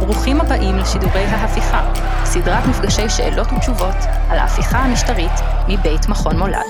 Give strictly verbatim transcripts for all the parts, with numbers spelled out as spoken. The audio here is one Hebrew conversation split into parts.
ברוכים הבאים לשידורי ההפיכה, סדרת מפגשי שאלות ותשובות על ההפיכה המשטרית מבית מכון מולד.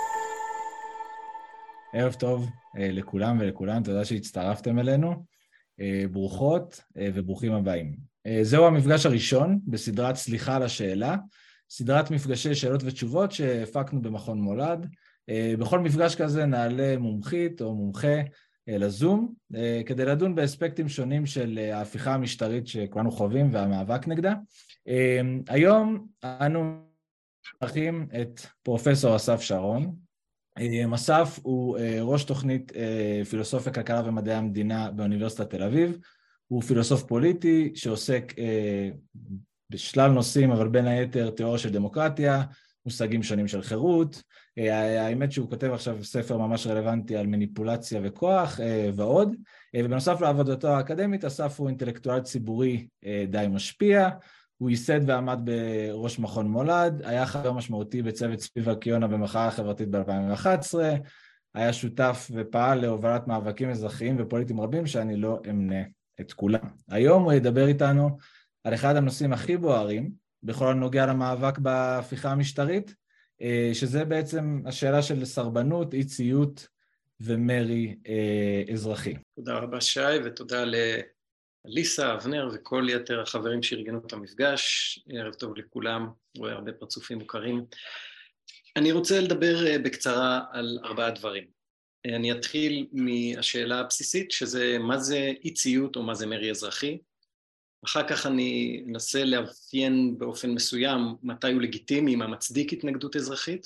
ערב טוב לכולם ולכולן, תודה שהצטרפתם אלינו, ברוכות וברוכים הבאים. זהו המפגש הראשון בסדרת סליחה על השאלה, סדרת מפגשי שאלות ותשובות שהפקנו במכון מולד. בכל מפגש כזה נעלה מומחית או מומחה לזום, כדי לדון באספקטים שונים של ההפיכה המשטרית שכולנו חווים והמאבק נגדה. היום אנו מארחים את פרופסור אסף שרון. אסף הוא ראש תוכנית פילוסופיה, כלכלה ומדעי המדינה באוניברסיטת תל אביב. הוא פילוסוף פוליטי שעוסק בשלל נושאים, אבל בין היתר תיאוריה של דמוקרטיה, מושגים שונים של חירות. האמת שהוא כותב עכשיו ספר ממש רלוונטי על מניפולציה וכוח ועוד. ובנוסף לעבודתו האקדמית, אסף הוא אינטלקטואל ציבורי די משפיע. הוא ייסד ועמד בראש מכון מולד, היה חבר משמעותי בצוות סביב הקיונה במחאה החברתית ב-אלפיים ואחת עשרה, היה שותף ופעל להובלת מאבקים אזרחיים ופוליטיים רבים שאני לא אמנה את כולם. היום הוא ידבר איתנו על אחד הנושאים הכי בוערים בכל הנוגע למאבק בהפיכה המשטרית, שזה בעצם השאלה של סרבנות, אי ציות ומרי אזרחי. תודה רבה שי, ותודה לאליסה, אבנר וכל יתר החברים שארגנו את המפגש. ערב טוב לכולם, רואה הרבה פרצופים מוכרים. אני רוצה לדבר בקצרה על ארבעה דברים. אני אתחיל מהשאלה הבסיסית, שזה מה זה אי ציות או מה זה מרי אזרחי. אחר כך אני אנסה לאפיין באופן מסוים מתי הוא לגיטימי, מה מצדיק התנגדות אזרחית,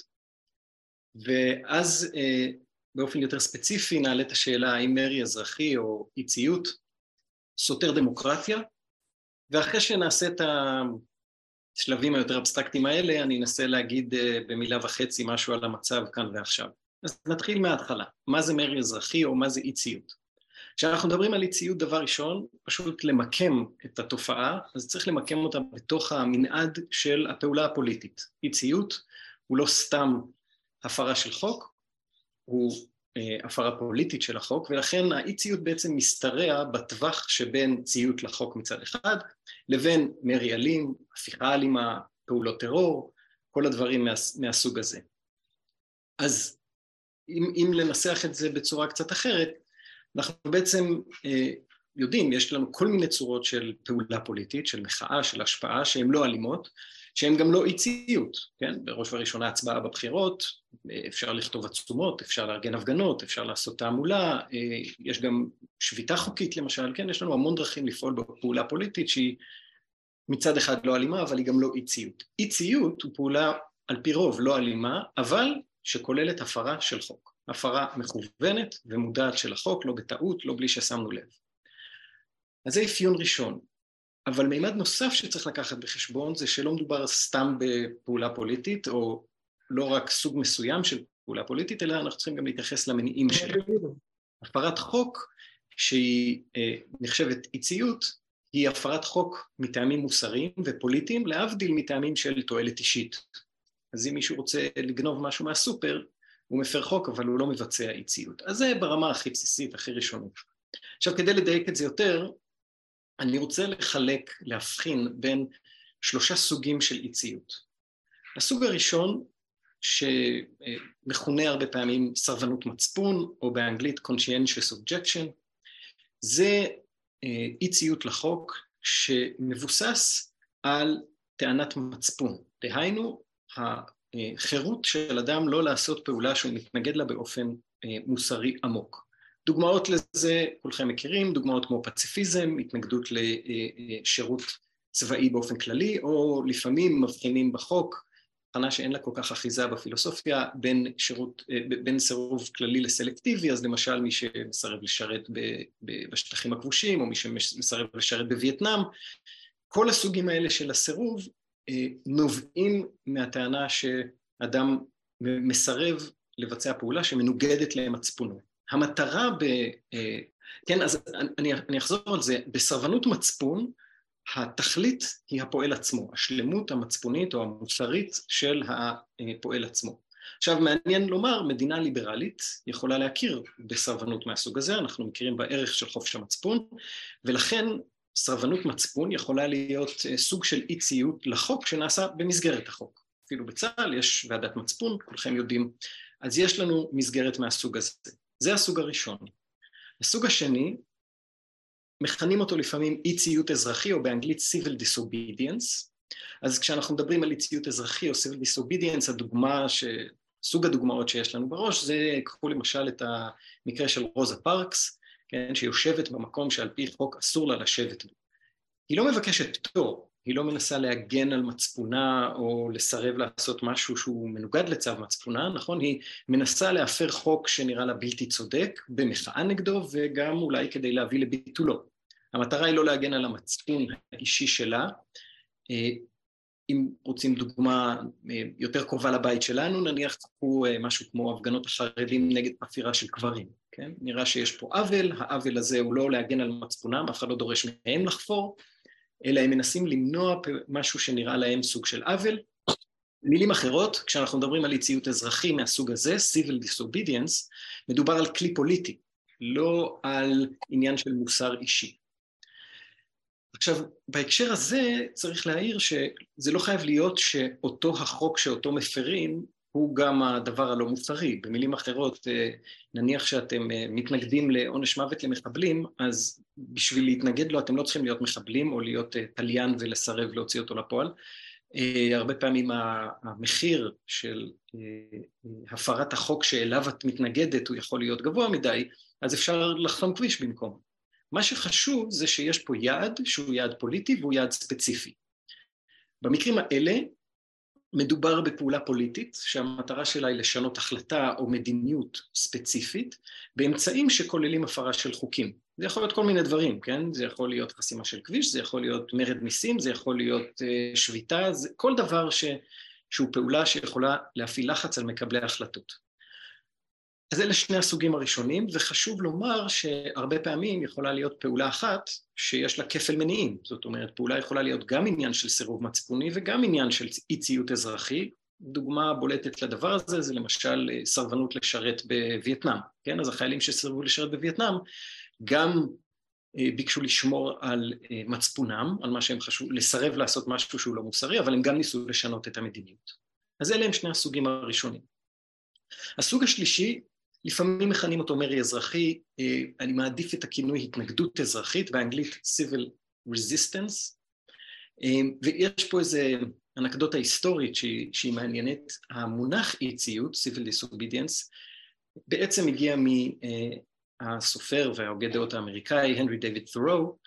ואז באופן יותר ספציפי נעלה את השאלה האם מרי אזרחי או אי ציות סותר דמוקרטיה, ואחרי שנעשה את השלבים היותר אבסטרקטיים האלה, אני אנסה להגיד במילה וחצי משהו על המצב כאן ועכשיו. אז נתחיל מההתחלה, מה זה מרי אזרחי או מה זה אי ציות? כשאנחנו מדברים על אי ציות, דבר ראשון, פשוט למקם את התופעה, אז צריך למקם אותה בתוך המנעד של הפעולה הפוליטית. אי ציות הוא לא סתם הפרה של חוק, הוא אה, הפרה פוליטית של החוק, ולכן האי ציות בעצם משתרע בטווח שבין ציות לחוק מצד אחד, לבין מרי אלים, הפיכה אלימה, פעולות טרור, כל הדברים מה, מהסוג הזה. אז אם, אם לנסח את זה בצורה קצת אחרת, אנחנו בעצם אה, יודעים, יש לנו כל מיני צורות של פעולה פוליטית, של מחאה, של השפעה, שהן לא אלימות, שהן גם לא אי ציות, כן? בראש ובראשונה הצבעה בבחירות, אפשר לכתוב עצומות, אפשר לארגן הפגנות, אפשר לעשות תעמולה, אה, יש גם שביתה חוקית למשל, כן? יש לנו המון דרכים לפעול בפעולה פוליטית שהיא מצד אחד לא אלימה, אבל היא גם לא אי ציות. אי ציות הוא פעולה על פי רוב לא אלימה, אבל שכוללת הפרה של חוק. הפרה מכוונת ומודעת של החוק, לא בטעות, לא בלי ששמנו לב. אז זה אפיון ראשון. אבל מימד נוסף שצריך לקחת בחשבון זה שלא מדובר סתם בפעולה פוליטית, או לא רק סוג מסוים של פעולה פוליטית, אלא אנחנו צריכים גם להתייחס למניעים שלה. הפרת חוק שהיא אה, נחשבת אי ציות, היא הפרת חוק מטעמים מוסריים ופוליטיים, להבדיל מטעמים של תועלת אישית. אז אם מישהו רוצה לגנוב משהו מהסופר, הוא מפר חוק, אבל הוא לא מבצע אי ציות. אז זה ברמה הכי בסיסית, הכי ראשונית. עכשיו, כדי לדייק את זה יותר, אני רוצה לחלק, להבחין בין שלושה סוגים של אי ציות. הסוג הראשון, שמכונה הרבה פעמים סרבנות מצפון, או באנגלית conscientious objection, זה אי ציות לחוק שמבוסס על טענת מצפון. דהיינו, חירות של אדם לא לעשות פעולה שהוא מתנגד לה באופן מוסרי עמוק. דוגמאות לזה כולכם מכירים, דוגמאות כמו פציפיזם, התנגדות לשירות צבאי באופן כללי, או לפעמים מבחינים בחוק, הבחנה שאין לה כל כך אחיזה בפילוסופיה, בין שירות, בין סירוב כללי לסלקטיבי, אז למשל מי שמסרב לשרת בשטחים הכבושים, או מי שמסרב לשרת בווייטנאם, כל הסוגים האלה של הסירוב, נובעים מהטענה שאדם מסרב לבצע פעולה שמנוגדת למצפונו. המטרה ב... כן, אז אני, אני אחזור על זה, בסרבנות מצפון, התכלית היא הפועל עצמו, השלמות המצפונית או המוסרית של הפועל עצמו. עכשיו, מעניין לומר, מדינה ליברלית יכולה להכיר בסרבנות מהסוג הזה, אנחנו מכירים בערך של חופש המצפון, ולכן סרבנות מצפון יכולה להיות סוג של אי ציות לחוק שנעשה במסגרת החוק. אפילו בצה"ל יש ועדת מצפון, כולכם יודעים. אז יש לנו מסגרת מהסוג הזה. זה הסוג הראשון. הסוג השני, מכנים אותו לפעמים אי ציות אזרחי, או באנגלית civil disobedience. אז כשאנחנו מדברים על אי ציות אזרחי או civil disobedience, הדוגמה ש... סוג הדוגמאות שיש לנו בראש, זה קחו למשל את המקרה של רוזה פארקס, כן, שיושבת במקום שעל פי חוק אסור לה לשבת בו. היא לא מבקשת פטור, היא לא מנסה להגן על מצפונה או לסרב לעשות משהו שהוא מנוגד לצו מצפונה, נכון? היא מנסה להפר חוק שנראה לה בלתי צודק, במחאה נגדו וגם אולי כדי להביא לביטולו. המטרה היא לא להגן על המצפון האישי שלה. אם רוצים דוגמה יותר קרובה לבית שלנו, נניח תקחו משהו כמו הפגנות החרדים נגד חפירה של קברים, כן? נראה שיש פה עוול, העוול הזה הוא לא להגן על מצפונם, אף אחד לא דורש מהם לחפור, אלא הם מנסים למנוע משהו שנראה להם סוג של עוול. מילים אחרות, כשאנחנו מדברים על אי ציות אזרחי מהסוג הזה, civil disobedience, מדובר על כלי פוליטי, לא על עניין של מוסר אישי. עכשיו, בהקשר הזה צריך להעיר שזה לא חייב להיות שאותו החוק שאותו מפרים הוא גם הדבר הלא מוסרי. במילים אחרות, נניח שאתם מתנגדים לעונש מוות למחבלים, אז בשביל להתנגד לו אתם לא צריכים להיות מחבלים או להיות תליין ולסרב להוציא אותו לפועל. הרבה פעמים המחיר של הפרת החוק שאליו את מתנגדת הוא יכול להיות גבוה מדי, אז אפשר לחסום כביש במקום. מה שחשוב זה שיש פה יעד שהוא יעד פוליטי והוא יעד ספציפי. במקרים האלה מדובר בפעולה פוליטית שהמטרה שלה היא לשנות החלטה או מדיניות ספציפית באמצעים שכוללים הפרה של חוקים. זה יכול להיות כל מיני דברים, כן? זה יכול להיות חסימה של כביש, זה יכול להיות מרד מיסים, זה יכול להיות uh, שביתה, זה כל דבר ש... שהוא פעולה שיכולה להפעיל לחץ על מקבלי ההחלטות. אז אלה שני הסוגים הראשונים, וחשוב לומר שהרבה פעמים יכולה להיות פעולה אחת שיש לה כפל מניעים. זאת אומרת, פעולה יכולה להיות גם עניין של סירוב מצפוני וגם עניין של אי ציות אזרחי. דוגמה בולטת לדבר הזה זה למשל סרבנות לשרת בווייטנאם. כן? אז החיילים שסירבו לשרת בווייטנאם גם ביקשו לשמור על מצפונם, על מה שהם חשבו, לסרב לעשות משהו שהוא לא מוסרי, אבל הם גם ניסו לשנות את המדיניות. אז אלה הם שני הסוגים הראשונים. הסוג השלישי, לפעמים מכנים אותו מרי אזרחי, אני מעדיף את הכינוי התנגדות אזרחית, באנגלית civil resistance, ויש פה איזו אנקדוטה היסטורית שהיא, שהיא מעניינת, המונח אי ציות, civil disobedience, בעצם הגיע מהסופר וההוגה דעות האמריקאי, הנרי דיוויד ת'ורו,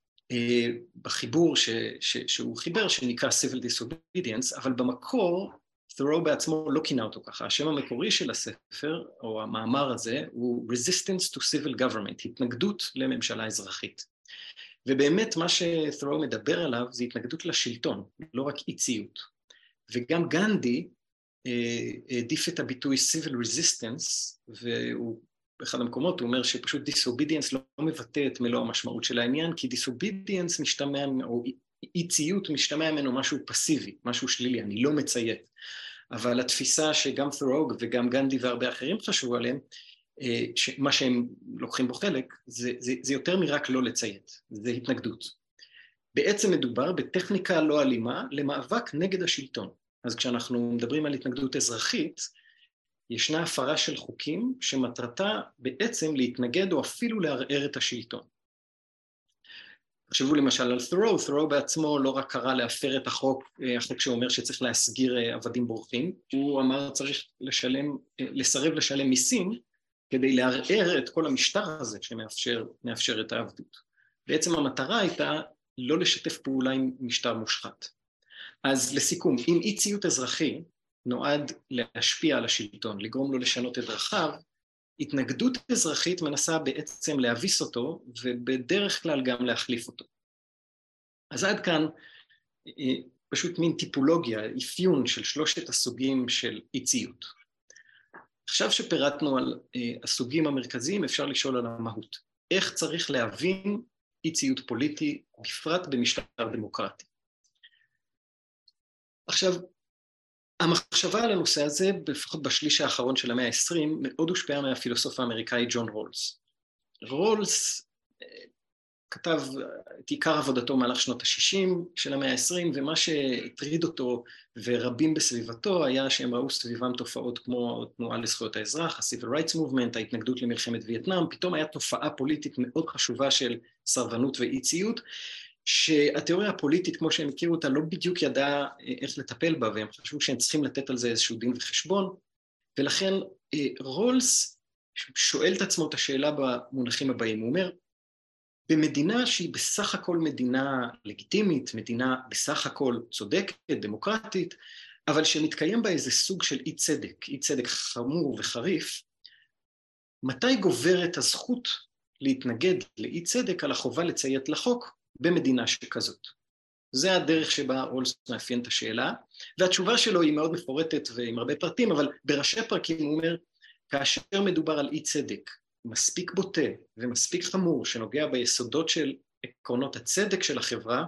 בחיבור ש, ש, שהוא חיבר שנקרא civil disobedience, אבל במקור, ת'ורו בעצמו לא כינה אותו ככה, השם המקורי של הספר, או המאמר הזה, הוא Resistance to Civil Government, התנגדות לממשלה אזרחית. ובאמת מה שת'ורו מדבר עליו זה התנגדות לשלטון, לא רק אי ציות. וגם גנדי העדיף את הביטוי Civil Resistance, והוא באחד המקומות הוא אומר שפשוט Disobedience לא מבטא את מלוא המשמעות של העניין, כי Disobedience משתמע, או אי ציות משתמע ממנו משהו פסיבי, משהו שלילי, אני לא מציית. אבל התפיסה שגם ת'ורו וגם גנדי והרבה אחרים חשבו עליהם, מה שהם לוקחים בו חלק, זה, זה, זה יותר מרק לא לציית, זה התנגדות. בעצם מדובר בטכניקה לא אלימה למאבק נגד השלטון. אז כשאנחנו מדברים על התנגדות אזרחית, ישנה הפרה של חוקים שמטרתה בעצם להתנגד או אפילו לערער את השלטון. תחשבו למשל על ת'ורו, ת'ורו בעצמו לא רק קרא להפר את החוק, החוק שאומר שצריך להסגיר עבדים בורחים, הוא אמר צריך לשלם, לסרב לשלם מיסים, כדי לערער את כל המשטר הזה שמאפשר מאפשר את העבדות. בעצם המטרה הייתה לא לשתף פעולה עם משטר מושחת. אז לסיכום, אם אי ציות אזרחי נועד להשפיע על השלטון, לגרום לו לשנות את דרכיו, התנגדות אזרחית מנסה בעצם להביס אותו, ובדרך כלל גם להחליף אותו. אז עד כאן פשוט מין טיפולוגיה, אפיון של שלושת הסוגים של אי ציות. עכשיו שפירטנו על הסוגים המרכזיים, אפשר לשאול על המהות. איך צריך להבין אי ציות פוליטי, בפרט במשטר דמוקרטי? עכשיו, המחשבה על הנושא הזה, לפחות בשליש האחרון של המאה ה-עשרים, מאוד הושפעה מהפילוסוף האמריקאי ג'ון רולס. רולס כתב את עיקר עבודתו במהלך שנות ה-שישים של המאה ה-עשרים, ומה שהטריד אותו ורבים בסביבתו היה שהם ראו סביבם תופעות כמו תנועה לזכויות האזרח, ה-Civil Rights Movement, ההתנגדות למלחמת וייטנאם, פתאום היה תופעה פוליטית מאוד חשובה של סרבנות ואי ציות, שהתיאוריה הפוליטית, כמו שהם הכירו אותה, לא בדיוק ידעה איך לטפל בה, והם חשבו שהם צריכים לתת על זה איזשהו דין וחשבון, ולכן רולס שואל את עצמו את השאלה במונחים הבאים, הוא אומר, במדינה שהיא בסך הכל מדינה לגיטימית, מדינה בסך הכל צודקת, דמוקרטית, אבל שמתקיים בה איזה סוג של אי צדק, אי צדק חמור וחריף, מתי גוברת הזכות להתנגד לאי צדק על החובה לציית לחוק במדינה שכזאת? זה הדרך שבה רולס מאפיין את השאלה, והתשובה שלו היא מאוד מפורטת ועם הרבה פרטים, אבל בראשי פרקים הוא אומר, כאשר מדובר על אי צדק, מספיק בוטה ומספיק חמור שנוגע ביסודות של עקרונות הצדק של החברה,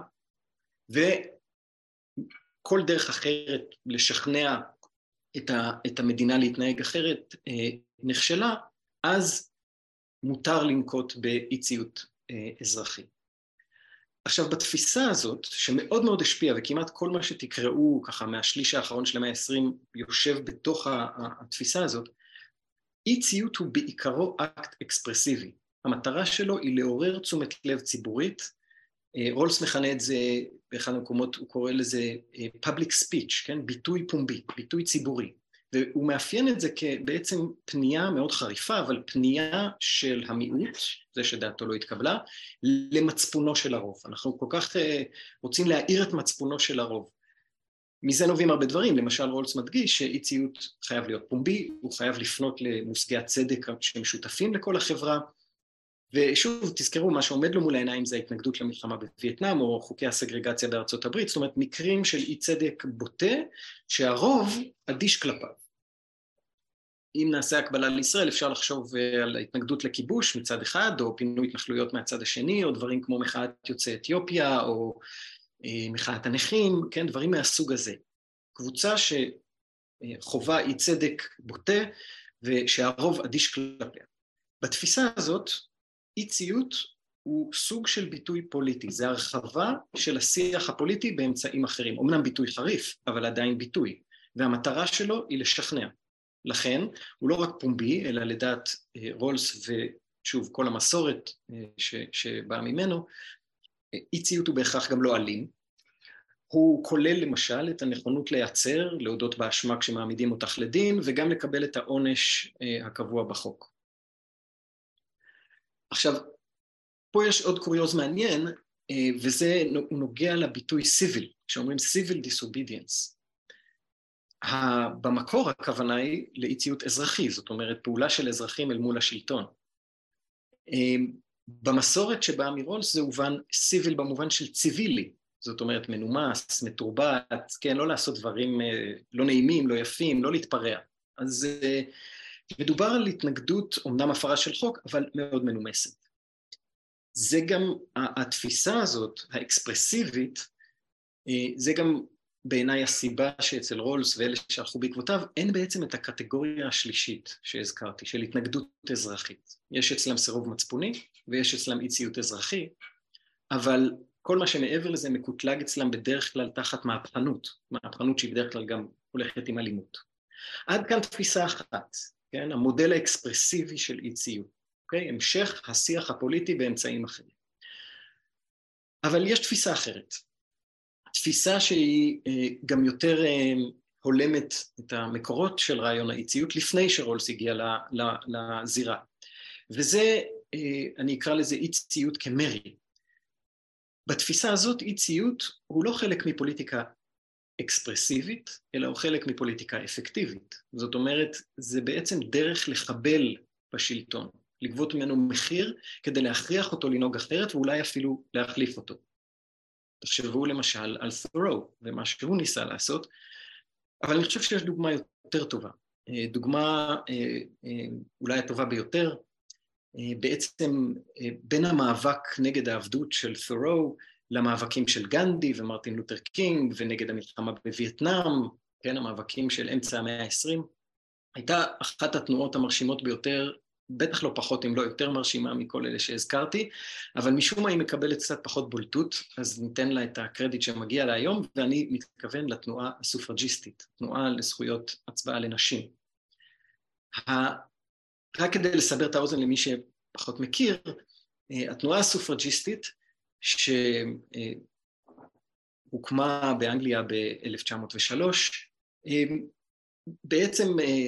וכל דרך אחרת לשכנע את, ה, את המדינה להתנהג אחרת אה, נכשלה, אז מותר לנקוט באי ציות אה, אזרחי. עכשיו, בתפיסה הזאת, שמאוד מאוד השפיעה, וכמעט כל מה שתקראו ככה מהשליש האחרון של המאה ה-עשרים יושב בתוך התפיסה הזאת, אי ציות הוא בעיקרו אקט אקספרסיבי. המטרה שלו היא לעורר תשומת לב ציבורית. רולס מכנה את זה, באחד המקומות הוא קורא לזה public speech, כן? ביטוי פומבי, ביטוי ציבורי. והוא מאפיין את זה כבעצם פנייה מאוד חריפה, אבל פנייה של המיעוט, זה שדעתו לא התקבלה, למצפונו של הרוב. אנחנו כל כך רוצים להאיר את מצפונו של הרוב. מזה נובעים הרבה דברים, למשל רולס מדגיש שאי ציות חייב להיות פומבי, הוא חייב לפנות למושגי הצדק שמשותפים לכל החברה, ושוב תזכרו מה שעומד לו מול העיניים זה ההתנגדות למלחמה בווייטנאם או חוקי הסגרגציה בארצות הברית, זאת אומרת מקרים של אי צדק בוטה שהרוב אדיש כלפיו. אם נעשה הקבלה לישראל אפשר לחשוב על ההתנגדות לכיבוש מצד אחד או פינוי התנחלויות מהצד השני או דברים כמו מחאת יוצאי אתיופיה או מחאת הנכים, כן, דברים מהסוג הזה. קבוצה שחובה אי צדק בוטה ושהרוב אדיש כלפיה. בתפיסה הזאת, אי ציות הוא סוג של ביטוי פוליטי, זה הרחבה של השיח הפוליטי באמצעים אחרים, אמנם ביטוי חריף, אבל עדיין ביטוי, והמטרה שלו היא לשכנע. לכן, הוא לא רק פומבי, אלא לדעת רולס ושוב כל המסורת ש, שבאה ממנו, אי ציות הוא בהכרח גם לא אלים, הוא כולל למשל את הנכונות לייצר, להודות באשמה כשמעמידים אותך לדין, וגם לקבל את העונש הקבוע בחוק. עכשיו, פה יש עוד קוריוז מעניין, וזה נוגע לביטוי civil, כשאומרים civil disobedience. במקור הכוונה היא לאי ציות אזרחי, זאת אומרת פעולה של אזרחים אל מול השלטון. במסורת שבאה מרולס זה הובן civil במובן של ציבילי, זאת אומרת מנומס, מתורבת, כן, לא לעשות דברים לא נעימים, לא יפים, לא להתפרע. אז מדובר על התנגדות, אומנם הפרה של חוק, אבל מאוד מנומסת. זה גם, התפיסה הזאת, האקספרסיבית, זה גם בעיניי הסיבה שאצל רולס ואלה שהלכו בעקבותיו, אין בעצם את הקטגוריה השלישית שהזכרתי, של התנגדות אזרחית. יש אצלם סירוב מצפוני, ויש אצלם אי ציות אזרחי, אבל כל מה שמעבר לזה מקוטלג אצלם בדרך כלל תחת מהפכנות, מהפכנות שהיא בדרך כלל גם הולכת עם אלימות. עד כאן תפיסה אחת, כן? המודל האקספרסיבי של אי ציות, אוקיי? המשך השיח הפוליטי באמצעים אחרים. אבל יש תפיסה אחרת, תפיסה שהיא גם יותר הולמת את המקורות של רעיון האי ציות לפני שרולס הגיע לזירה, וזה, אני אקרא לזה אי ציות כמרי. בתפיסה הזאת אי ציות הוא לא חלק מפוליטיקה אקספרסיבית, אלא הוא חלק מפוליטיקה אפקטיבית. זאת אומרת, זה בעצם דרך לחבל בשלטון, לגבות ממנו מחיר כדי להכריח אותו לנהוג אחרת ואולי אפילו להחליף אותו. תחשבו למשל על ת'ורו ומה שהוא ניסה לעשות, אבל אני חושב שיש דוגמה יותר טובה. דוגמה אולי הטובה ביותר, בעצם בין המאבק נגד העבדות של ת'ורו למאבקים של גנדי ומרטין לותר קינג ונגד המלחמה בווייטנאם, כן, המאבקים של אמצע המאה ה-עשרים, הייתה אחת התנועות המרשימות ביותר בטח לא פחות, אם לא יותר מרשימה מכל אלה שהזכרתי, אבל משום מה היא מקבלת קצת פחות בולטות, אז ניתן לה את הקרדיט שמגיע לה היום, ואני מתכוון לתנועה הסופרג'יסטית, תנועה לזכויות הצבעה לנשים. רק כדי לסבר את האוזן למי שפחות מכיר, התנועה הסופרג'יסטית, שהוקמה באנגליה ב-אלף תשע מאות ושלוש, בעצם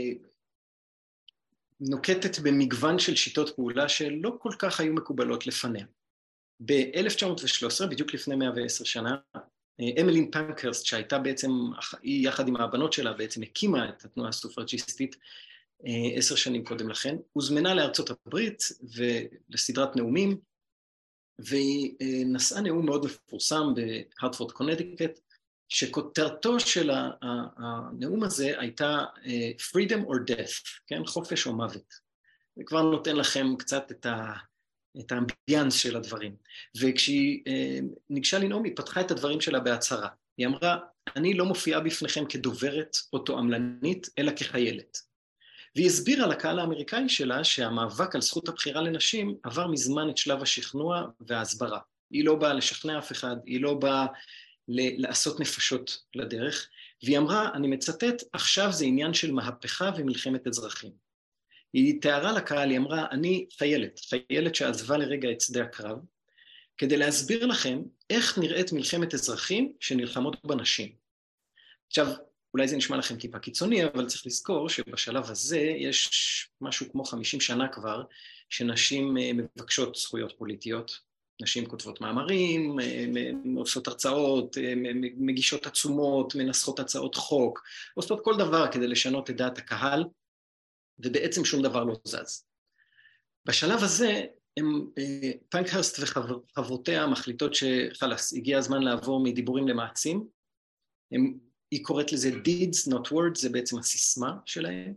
נוקטת במגוון של שיטות פעולה שלא כל כך היו מקובלות לפניה. ב-אלף תשע מאות ושלוש עשרה, בדיוק לפני מאה ועשר שנה, אמילין פנקהרסט, שהייתה בעצם, היא יחד עם הבנות שלה בעצם הקימה את התנועה הסופרג'יסטית עשר שנים קודם לכן, הוזמנה לארצות הברית ולסדרת נאומים, והיא נשאה נאום מאוד מפורסם בהרטפורד קונטיקט, שכותרתו של הנאום הזה הייתה freedom or death, כן? חופש או מוות. זה כבר נותן לכם קצת את, ה, את האמביאנס של הדברים. וכשהיא ניגשה לנאום, היא פתחה את הדברים שלה בהצהרה. היא אמרה, אני לא מופיעה בפניכם כדוברת או תועמלנית, אלא כחיילת. והיא הסבירה לקהל האמריקאי שלה שהמאבק על זכות הבחירה לנשים עבר מזמן את שלב השכנוע וההסברה. היא לא באה לשכנע אף אחד, היא לא באה לעשות נפשות לדרך, והיא אמרה, אני מצטט, עכשיו זה עניין של מהפכה ומלחמת אזרחים. היא תיארה לקהל, היא אמרה, אני חיילת, חיילת שעזבה לרגע את שדה הקרב, כדי להסביר לכם איך נראית מלחמת אזרחים שנלחמות בנשים. עכשיו, אולי זה נשמע לכם טיפה קיצוני, אבל צריך לזכור שבשלב הזה יש משהו כמו חמישים שנה כבר, שנשים מבקשות זכויות פוליטיות, נשים כותבות מאמרים, עושות הרצאות, מגישות עצומות, מנסחות הצעות חוק, עושות כל דבר כדי לשנות את דעת הקהל, ובעצם שום דבר לא זז. בשלב הזה, הם, פנקהרסט וחברותיה מחליטות שחלס, הגיע הזמן לעבור מדיבורים למעשים, הם, היא קוראת לזה deeds not words, זה בעצם הסיסמה שלהם,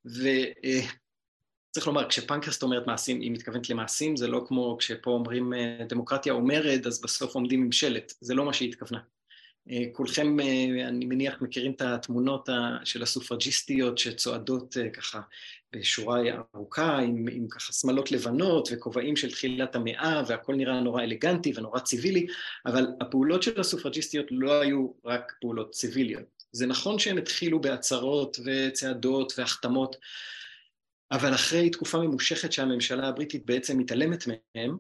וצריך לומר, כשפנקהרסט אומרת מעשים, היא מתכוונת למעשים, זה לא כמו כשפה אומרים דמוקרטיה אומרת, אז בסוף עומדים עם שלט, זה לא מה שהיא התכוונה. כולכם, אני מניח, מכירים את התמונות של הסופרג'יסטיות שצועדות ככה בשורה ארוכה, עם, עם ככה שמלות לבנות וכובעים של תחילת המאה, והכל נראה נורא אלגנטי ונורא ציבילי, אבל הפעולות של הסופרג'יסטיות לא היו רק פעולות ציביליות. זה נכון שהם התחילו בהצהרות וצעדות והחתמות, אבל אחרי תקופה ממושכת שהממשלה הבריטית בעצם מתעלמת מהם,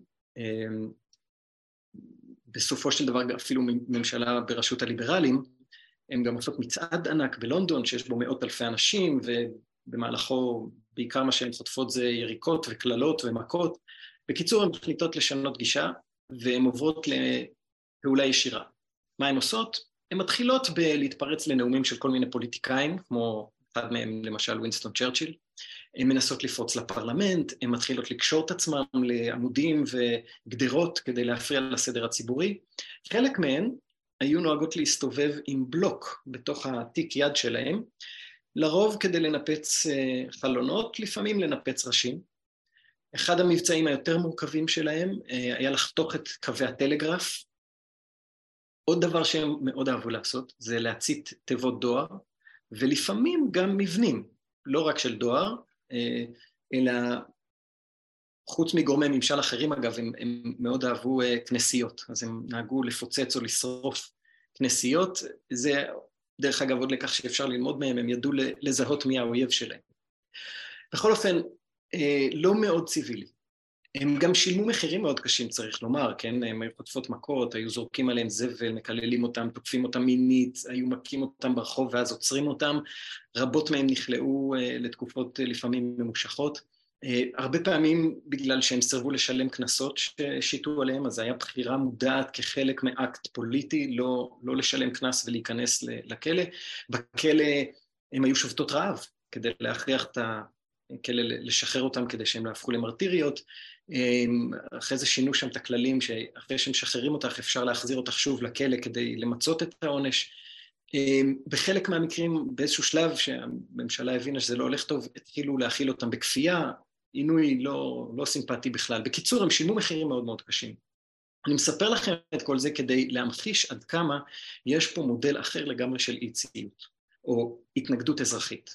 בסופו של דבר אפילו ממשלה בראשות הליברלים, הם גם עושות מצעד ענק בלונדון, שיש בו מאות אלפי אנשים, ובמהלכו בעיקר מה שהן חוטפות זה יריקות וקללות ומכות. בקיצור, הן מחליטות לשנות גישה, והן עוברות לפעולה ישירה. מה הן עושות? הן מתחילות בלהתפרץ לנאומים של כל מיני פוליטיקאים, כמו אחד מהם למשל ווינסטון צ'רצ'יל, הן מנסות לפרוץ לפרלמנט, הן מתחילות לקשור את עצמם לעמודים וגדרות כדי להפריע לסדר הציבורי. חלק מהן היו נוהגות להסתובב עם בלוק בתוך התיק יד שלהם, לרוב כדי לנפץ חלונות, לפעמים לנפץ ראשים. אחד המבצעים היותר מורכבים שלהם היה לחתוך את קווי הטלגרף. עוד דבר שהם מאוד אהבו לעשות זה להצית תיבות דואר, ולפעמים גם מבנים, לא רק של דואר, אלא חוץ מגורמי ממשל אחרים אגב, הם, הם מאוד אהבו כנסיות, אז הם נהגו לפוצץ או לשרוף כנסיות, זה דרך אגב עוד לכך שאפשר ללמוד מהם, הם ידעו לזהות מי האויב שלהם. בכל אופן, לא מאוד ציבילי. הם גם שילמו מחירים מאוד קשים, צריך לומר, כן? הם היו חוטפות מכות, היו זורקים עליהם זבל, מקללים אותם, תוקפים אותם מינית, היו מכים אותם ברחוב ואז עוצרים אותם, רבות מהם נכלאו לתקופות לפעמים ממושכות, הרבה פעמים בגלל שהם סרבו לשלם כנסות ששיתו עליהם, אז היה בחירה מודעת כחלק מאקט פוליטי, לא, לא לשלם כנס ולהיכנס לכלא. בכלא הם היו שובתות רעב, כדי להכריח את הכלא, לשחרר אותם כדי שהם לא הפכו למרטיריות. אחרי זה שינו שם את הכללים, שאחרי שהם משחררים אותך אפשר להחזיר אותך שוב לכלא כדי למצות את העונש. בחלק מהמקרים, באיזשהו שלב שהממשלה הבינה שזה לא הולך טוב, התחילו להכיל אותם בכפייה, עינוי לא, לא סימפטי בכלל. בקיצור, הם שילמו מחירים מאוד מאוד קשים. אני מספר לכם את כל זה כדי להמחיש עד כמה יש פה מודל אחר לגמרי של אי ציות, או התנגדות אזרחית.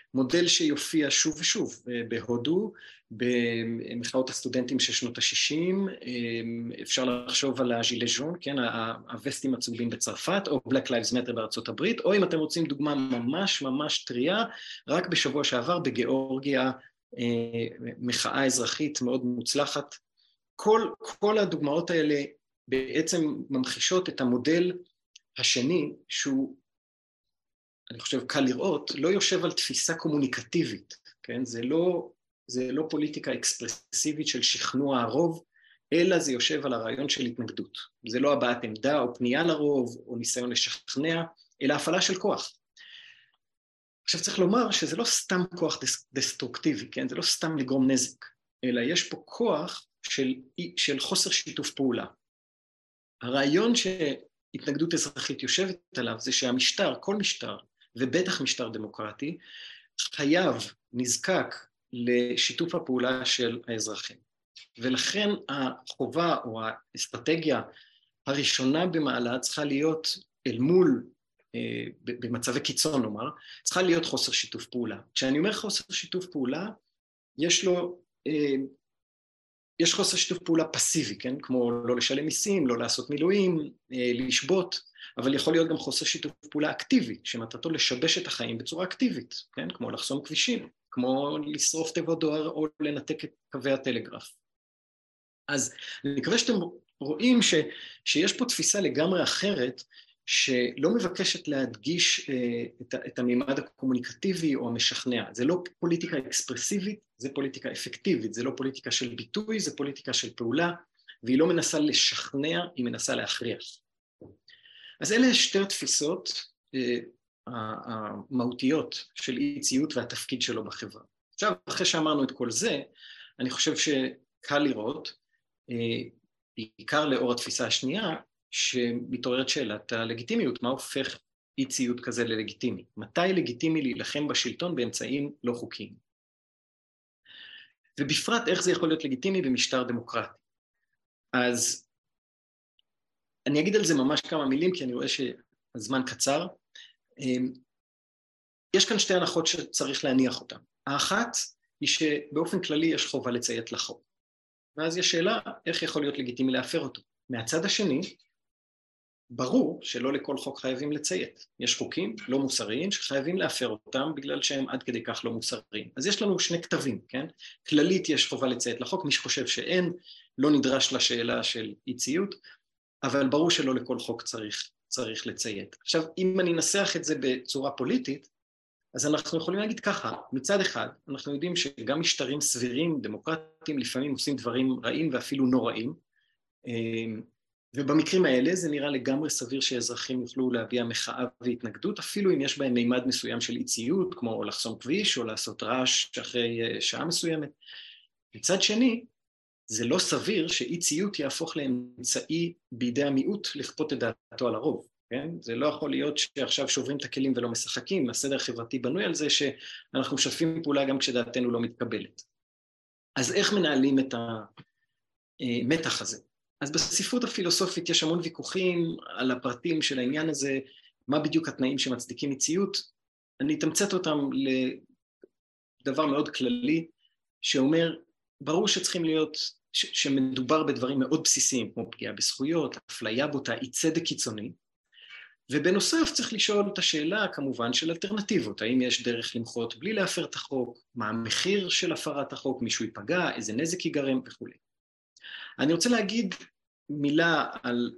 מודל שיופיע שוב ושוב, בהודו, במחאות הסטודנטים של שנות ה-שישים, אפשר לחשוב על הז'ילה ז'ון, כן, הווסטים הצהובים בצרפת, או Black Lives Matter בארצות הברית, או אם אתם רוצים דוגמה ממש ממש טריה, רק בשבוע שעבר בגיאורגיה, מחאה אזרחית מאוד מוצלחת. כל, כל הדוגמאות האלה בעצם ממחישות את המודל השני, שהוא, אני חושב, קל לראות, לא יושב על תפיסה קומוניקטיבית, כן? זה לא, זה לא פוליטיקה אקספרסיבית של שכנוע הרוב, אלא זה יושב על הרעיון של התנגדות. זה לא הבעת עמדה או פנייה לרוב, או ניסיון לשכנע, אלא הפעלה של כוח. עכשיו צריך לומר שזה לא סתם כוח דסטרוקטיבי, כן? זה לא סתם לגרום נזק, אלא יש פה כוח של, של חוסר שיתוף פעולה. הרעיון שהתנגדות אזרחית יושבת עליו זה שהמשטר, כל משטר, ובטח משטר דמוקרטי, חייב, נזקק לשיתוף הפעולה של האזרחים. ולכן החובה או האסטרטגיה הראשונה במעלה צריכה להיות אל מול, במצבי קיצון נאמר, צריכה להיות חוסר שיתוף פעולה. כשאני אומר חוסר שיתוף פעולה, יש לו, יש חוסר שיתוף פעולה פסיבי, כן? כמו לא לשלם מיסים, לא לעשות מילואים, לשבות, אבל יכול להיות גם חוסר שיתוף פעולה אקטיבי, שמטרתו לשבש את החיים בצורה אקטיבית, כן? כמו לחסום כבישים, כמו לשרוף תיבות דואר או לנתק את קווי הטלגרף. אז אני מקווה שאתם רואים ש, שיש פה תפיסה לגמרי אחרת, שלא מבקשת להדגיש את, את המימד הקומוניקטיבי או המשכנע. זה לא פוליטיקה אקספרסיבית, זה פוליטיקה אפקטיבית, זה לא פוליטיקה של ביטוי, זה פוליטיקה של פעולה, והיא לא מנסה לשכנע, היא מנסה להכריח. אז אלה שתי התפיסות המהותיות של אי ציות והתפקיד שלו בחברה. עכשיו, אחרי שאמרנו את כל זה, אני חושב שקל לראות, בעיקר לאור התפיסה השנייה, שמתעוררת שאלת הלגיטימיות, מה הופך אי ציות כזה ללגיטימי? מתי לגיטימי להילחם בשלטון באמצעים לא חוקיים? ובפרט איך זה יכול להיות לגיטימי במשטר דמוקרטי. אז אני אגיד על זה ממש כמה מילים, כי אני רואה שהזמן קצר. יש כאן שתי הנחות שצריך להניח אותן. האחת היא שבאופן כללי יש חובה לציית לחוק. ואז יש שאלה איך יכול להיות לגיטימי להפר אותו. מהצד השני, ברור שלא לכל חוק חייבים לציית. יש חוקים לא מוסריים שחייבים להפר אותם בגלל שהם עד כדי כך לא מוסריים. אז יש לנו שני כתבים, כן? כללית יש חובה לציית לחוק, מי שחושב שאין, לא נדרש לשאלה של אי ציות, אבל ברור שלא לכל חוק צריך, צריך לציית. עכשיו, אם אני אנסח את זה בצורה פוליטית, אז אנחנו יכולים להגיד ככה, מצד אחד, אנחנו יודעים שגם משטרים סבירים, דמוקרטיים, לפעמים עושים דברים רעים ואפילו נוראים, ובמקרים האלה זה נראה לגמרי סביר שאזרחים יוכלו להביע מחאה והתנגדות, אפילו אם יש בהם מימד מסוים של אי ציות, כמו לחסום כביש או לעשות רעש אחרי שעה מסוימת. מצד שני, זה לא סביר שאי ציות יהפוך לאמצעי בידי המיעוט לכפות את דעתו על הרוב. כן? זה לא יכול להיות שעכשיו שוברים את הכלים ולא משחקים, הסדר החברתי בנוי על זה שאנחנו משתפים פעולה גם כשדעתנו לא מתקבלת. אז איך מנהלים את המתח הזה? אז בספרות הפילוסופית יש המון ויכוחים על הפרטים של העניין הזה, מה בדיוק התנאים שמצדיקים אי ציות. אני אתמצת אותם לדבר מאוד כללי, שאומר, ברור שצריכים להיות, ש- שמדובר בדברים מאוד בסיסיים, כמו פגיעה בזכויות, אפליה בוטה, אי צדק קיצוני, ובנוסף צריך לשאול את השאלה כמובן של אלטרנטיבות, האם יש דרך למחות בלי להפר את החוק, מה המחיר של הפרת החוק, מישהו ייפגע, איזה נזק ייגרם וכו'. אני רוצה להגיד מילה על,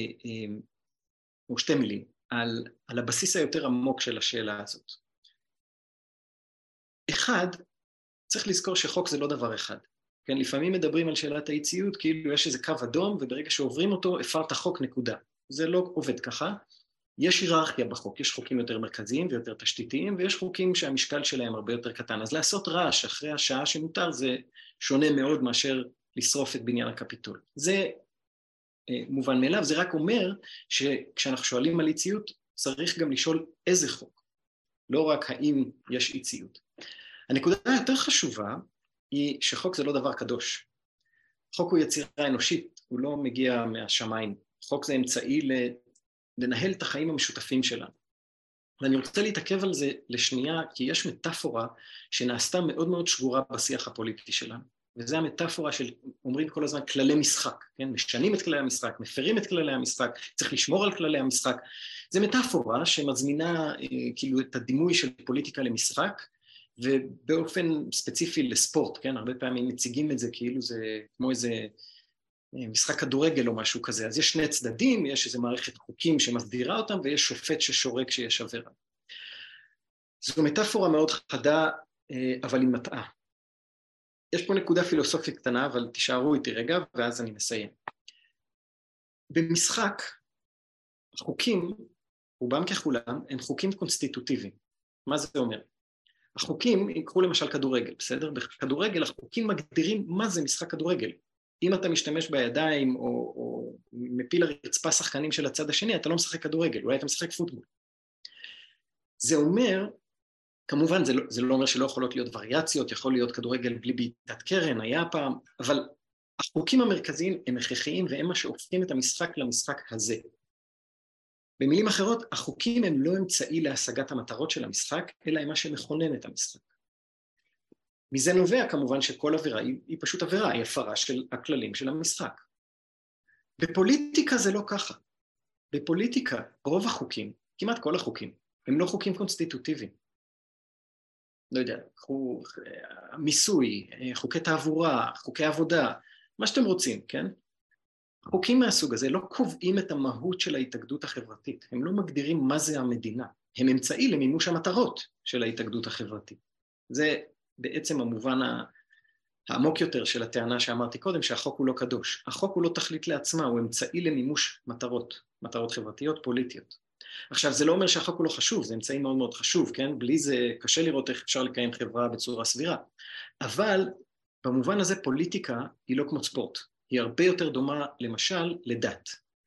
או שתי מילים, על, על הבסיס היותר עמוק של השאלה הזאת. אחד, צריך לזכור שחוק זה לא דבר אחד. כן, לפעמים מדברים על שאלת האי ציות, כאילו יש איזה קו אדום, וברגע שעוברים אותו, הפרת החוק נקודה. זה לא עובד ככה. יש היררכיה בחוק, יש חוקים יותר מרכזיים ויותר תשתיתיים, ויש חוקים שהמשקל שלהם הרבה יותר קטן. אז לעשות רעש אחרי השעה שמותר, זה שונה מאוד מאשר לשרוף את בניין הקפיטול. זה אה, מובן מאליו, זה רק אומר שכשאנחנו שואלים על אי ציות, צריך גם לשאול איזה חוק, לא רק האם יש אי ציות. הנקודה היותר חשובה היא שחוק זה לא דבר קדוש. חוק הוא יצירה אנושית, הוא לא מגיע מהשמיים. חוק זה אמצעי לנהל את החיים המשותפים שלנו. ואני רוצה להתעכב על זה לשנייה, כי יש מטאפורה שנעשתה מאוד מאוד שגורה בשיח הפוליטי שלנו, וזה המטאפורה של, אומרים כל הזמן, כללי משחק, כן? משנים את כללי המשחק, מפרים את כללי המשחק, צריך לשמור על כללי המשחק. זה מטאפורה שמזמינה אה, כאילו את הדימוי של פוליטיקה למשחק, ובאופן ספציפי לספורט, כן? הרבה פעמים מציגים את זה כאילו זה כמו איזה משחק כדורגל או משהו כזה. אז יש שני צדדים, יש איזו מערכת חוקים שמסדירה אותם, ויש שופט ששורק כשיש עבירה. זו מטאפורה מאוד חדה, אבל היא מטעה. יש פה נקודה פילוסופית קטנה, אבל תישארו איתי רגע, ואז אני מסיים. במשחק, החוקים, רובם ככולם, הם חוקים קונסטיטוטיביים. מה זה אומר? החוקים, יקחו למשל כדורגל, בסדר? בכדורגל החוקים מגדירים מה זה משחק כדורגל. אם אתה משתמש בידיים או, או מפיל הרצפה שחקנים של הצד השני, אתה לא משחק כדורגל, אולי אתה משחק פוטבול. זה אומר, כמובן זה לא, זה לא אומר שלא יכולות להיות וריאציות, יכול להיות כדורגל בלי בעיטת קרן, היה פעם, אבל החוקים המרכזיים הם הכרחיים והם מה שהופכים את המשחק למשחק הזה. במילים אחרות, החוקים הם לא אמצעי להשגת המטרות של המשחק, אלא הם מה שמכונן את המשחק. מזה נובע כמובן שכל עבירה היא, היא פשוט עבירה, היא הפרה של הכללים של המשחק. בפוליטיקה זה לא ככה. בפוליטיקה רוב החוקים, כמעט כל החוקים, הם לא חוקים קונסטיטוטיביים. לא יודע, חוק, מיסוי, חוקי תעבורה, חוקי עבודה, מה שאתם רוצים, כן? חוקים מהסוג הזה לא קובעים את המהות של ההתאגדות החברתית, הם לא מגדירים מה זה המדינה, הם אמצעי למימוש המטרות של ההתאגדות החברתית. זה בעצם המובן העמוק יותר של הטענה שאמרתי קודם, שהחוק הוא לא קדוש. החוק הוא לא תכלית לעצמה, הוא אמצעי למימוש מטרות, מטרות חברתיות, פוליטיות. עכשיו, זה לא אומר שהחוק הוא לא חשוב, זה אמצעי מאוד מאוד חשוב, כן? בלי זה קשה לראות איך אפשר לקיים חברה בצורה סבירה. אבל במובן הזה פוליטיקה היא לא כמו ספורט, היא הרבה יותר דומה למשל לדת.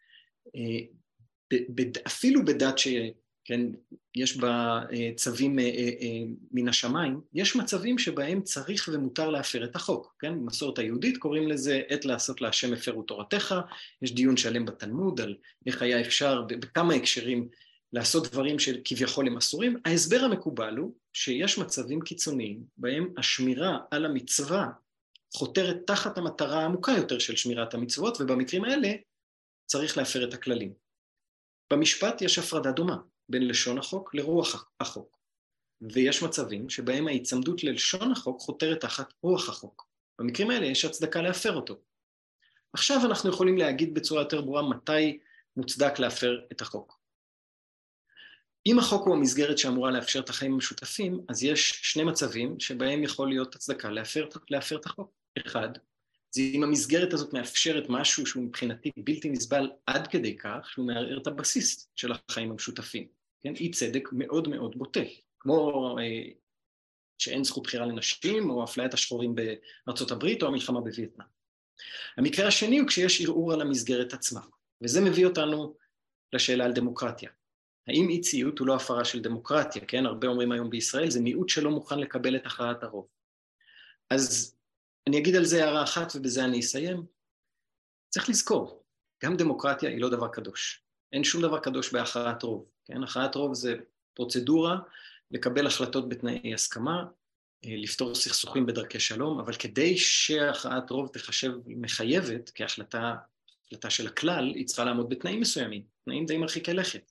אפילו בדת ש... כן, יש בה צווים מן השמיים, יש מצבים שבהם צריך ומותר להפר את החוק, כן? במסורת היהודית קוראים לזה עת לעשות להשם הפרו תורתך, יש דיון שלם בתלמוד על איך היה אפשר בכמה הקשרים לעשות דברים שכביכול הם אסורים. ההסבר המקובל הוא שיש מצבים קיצוניים בהם השמירה על המצווה חותרת תחת המטרה העמוקה יותר של שמירת המצוות, ובמקרים האלה צריך להפר את הכללים. במשפט יש הפרדה דומה בין לשון החוק לרוח החוק, ויש מצבים שבהם ההיצמדות ללשון החוק חותרת תחת רוח החוק. במקרים האלה יש הצדקה להפר אותו. עכשיו אנחנו יכולים להגיד בצורה יותר ברורה מתי מוצדק להפר את החוק. אם החוק הוא המסגרת שאמורה לאפשר את החיים המשותפים, אז יש שני מצבים שבהם יכול להיות הצדקה להפר, להפר את החוק. אחד, זה אם המסגרת הזאת מאפשרת משהו שהוא מבחינתי בלתי נסבל עד כדי כך, שהוא מערער את הבסיס של החיים המשותפים. כן? אי צדק מאוד מאוד בוטה, כמו אה, שאין זכות בחירה לנשים, או אפליית השחורים בארצות הברית, או המלחמה בווייטנאם. המקרה השני הוא כשיש ערעור על המסגרת עצמה, וזה מביא אותנו לשאלה על דמוקרטיה. האם אי ציות הוא לא הפרה של דמוקרטיה? כן? הרבה אומרים היום בישראל, זה מיעוט שלא מוכן לקבל את הכרעת הרוב. אז אני אגיד על זה הערה אחת ובזה אני אסיים. צריך לזכור, גם דמוקרטיה היא לא דבר קדוש. אין שום דבר קדוש בהכרעת רוב. כן? הכרעת רוב זה פרוצדורה, לקבל החלטות בתנאי הסכמה, לפתור סכסוכים בדרכי שלום, אבל כדי שהכרעת רוב תחשב מחייבת כהחלטה החלטה של הכלל, היא צריכה לעמוד בתנאים מסוימים, תנאים די מרחיקי לכת.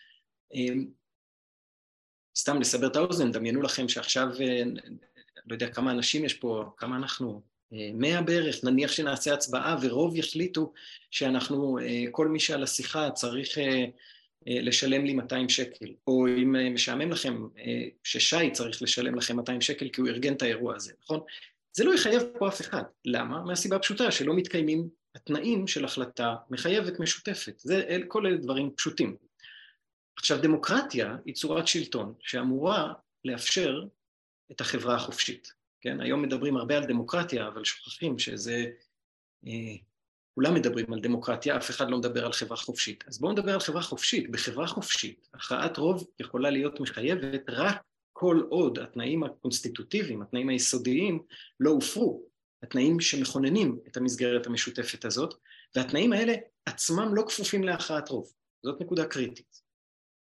סתם לסבר את האוזן, דמיינו לכם שעכשיו, לא יודע כמה אנשים יש פה, כמה אנחנו, מאה בערך, נניח שנעשה הצבעה ורוב יחליטו שאנחנו, כל מי שעל השיחה צריך לשלם לי מאתיים שקל, או אם משעמם לכם ששי צריך לשלם לכם מאתיים שקל כי הוא ארגן את האירוע הזה, נכון? זה לא יחייב פה אף אחד. למה? מהסיבה הפשוטה שלא מתקיימים התנאים של החלטה מחייבת משותפת. זה כל אלה דברים פשוטים. עכשיו, דמוקרטיה היא צורת שלטון שאמורה לאפשר את החברה החופשית. כן? היום מדברים הרבה על דמוקרטיה, אבל שוכחים שזה, אה, כולם מדברים על דמוקרטיה, אף אחד לא מדבר על חברה חופשית. אז בואו נדבר על חברה חופשית. בחברה חופשית, הכרעת רוב יכולה להיות מחייבת רק כל עוד התנאים הקונסטיטוטיביים, התנאים היסודיים, לא הופרו. התנאים שמכוננים את המסגרת המשותפת הזאת, והתנאים האלה עצמם לא כפופים להכרעת רוב. זאת נקודה קריטית.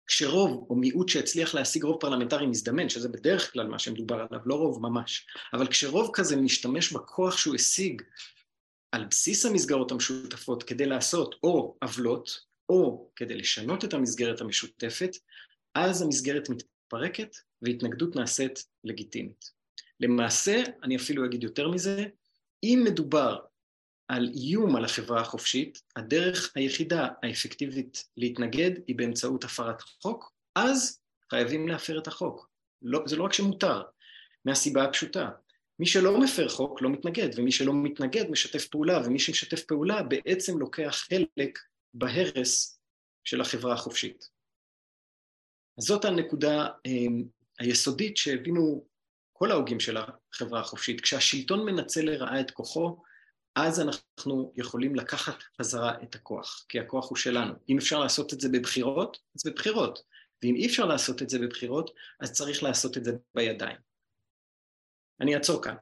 כשרוב או מיעוט שהצליח להשיג רוב פרלמנטרי מזדמן, שזה בדרך כלל מה שמדובר עליו, לא רוב ממש, אבל כשרוב כזה משתמש בכוח שהוא השיג על בסיס המסגרות המשותפות כדי לעשות או עוולות, או כדי לשנות את המסגרת המשותפת, אז המסגרת מתפרקת והתנגדות נעשית לגיטימית. למעשה, אני אפילו אגיד יותר מזה, אם מדובר על איום על החברה החופשית, הדרך היחידה האפקטיבית להתנגד היא באמצעות הפרת חוק, אז חייבים להפר את החוק. לא, זה לא רק שמותר, מהסיבה הפשוטה. מי שלא מפר חוק לא מתנגד, ומי שלא מתנגד משתף פעולה, ומי שמשתף פעולה בעצם לוקח חלק בהרס של החברה החופשית. אז זאת הנקודה אה, היסודית שהבינו כל ההוגים של החברה החופשית. כשהשלטון מנצל לרעה את כוחו, אז אנחנו יכולים לקחת חזרה את הכוח, כי הכוח הוא שלנו. אם אפשר לעשות את זה בבחירות, אז בבחירות. ואם אי אפשר לעשות את זה בבחירות, אז צריך לעשות את זה בידיים. אני אעצור כאן.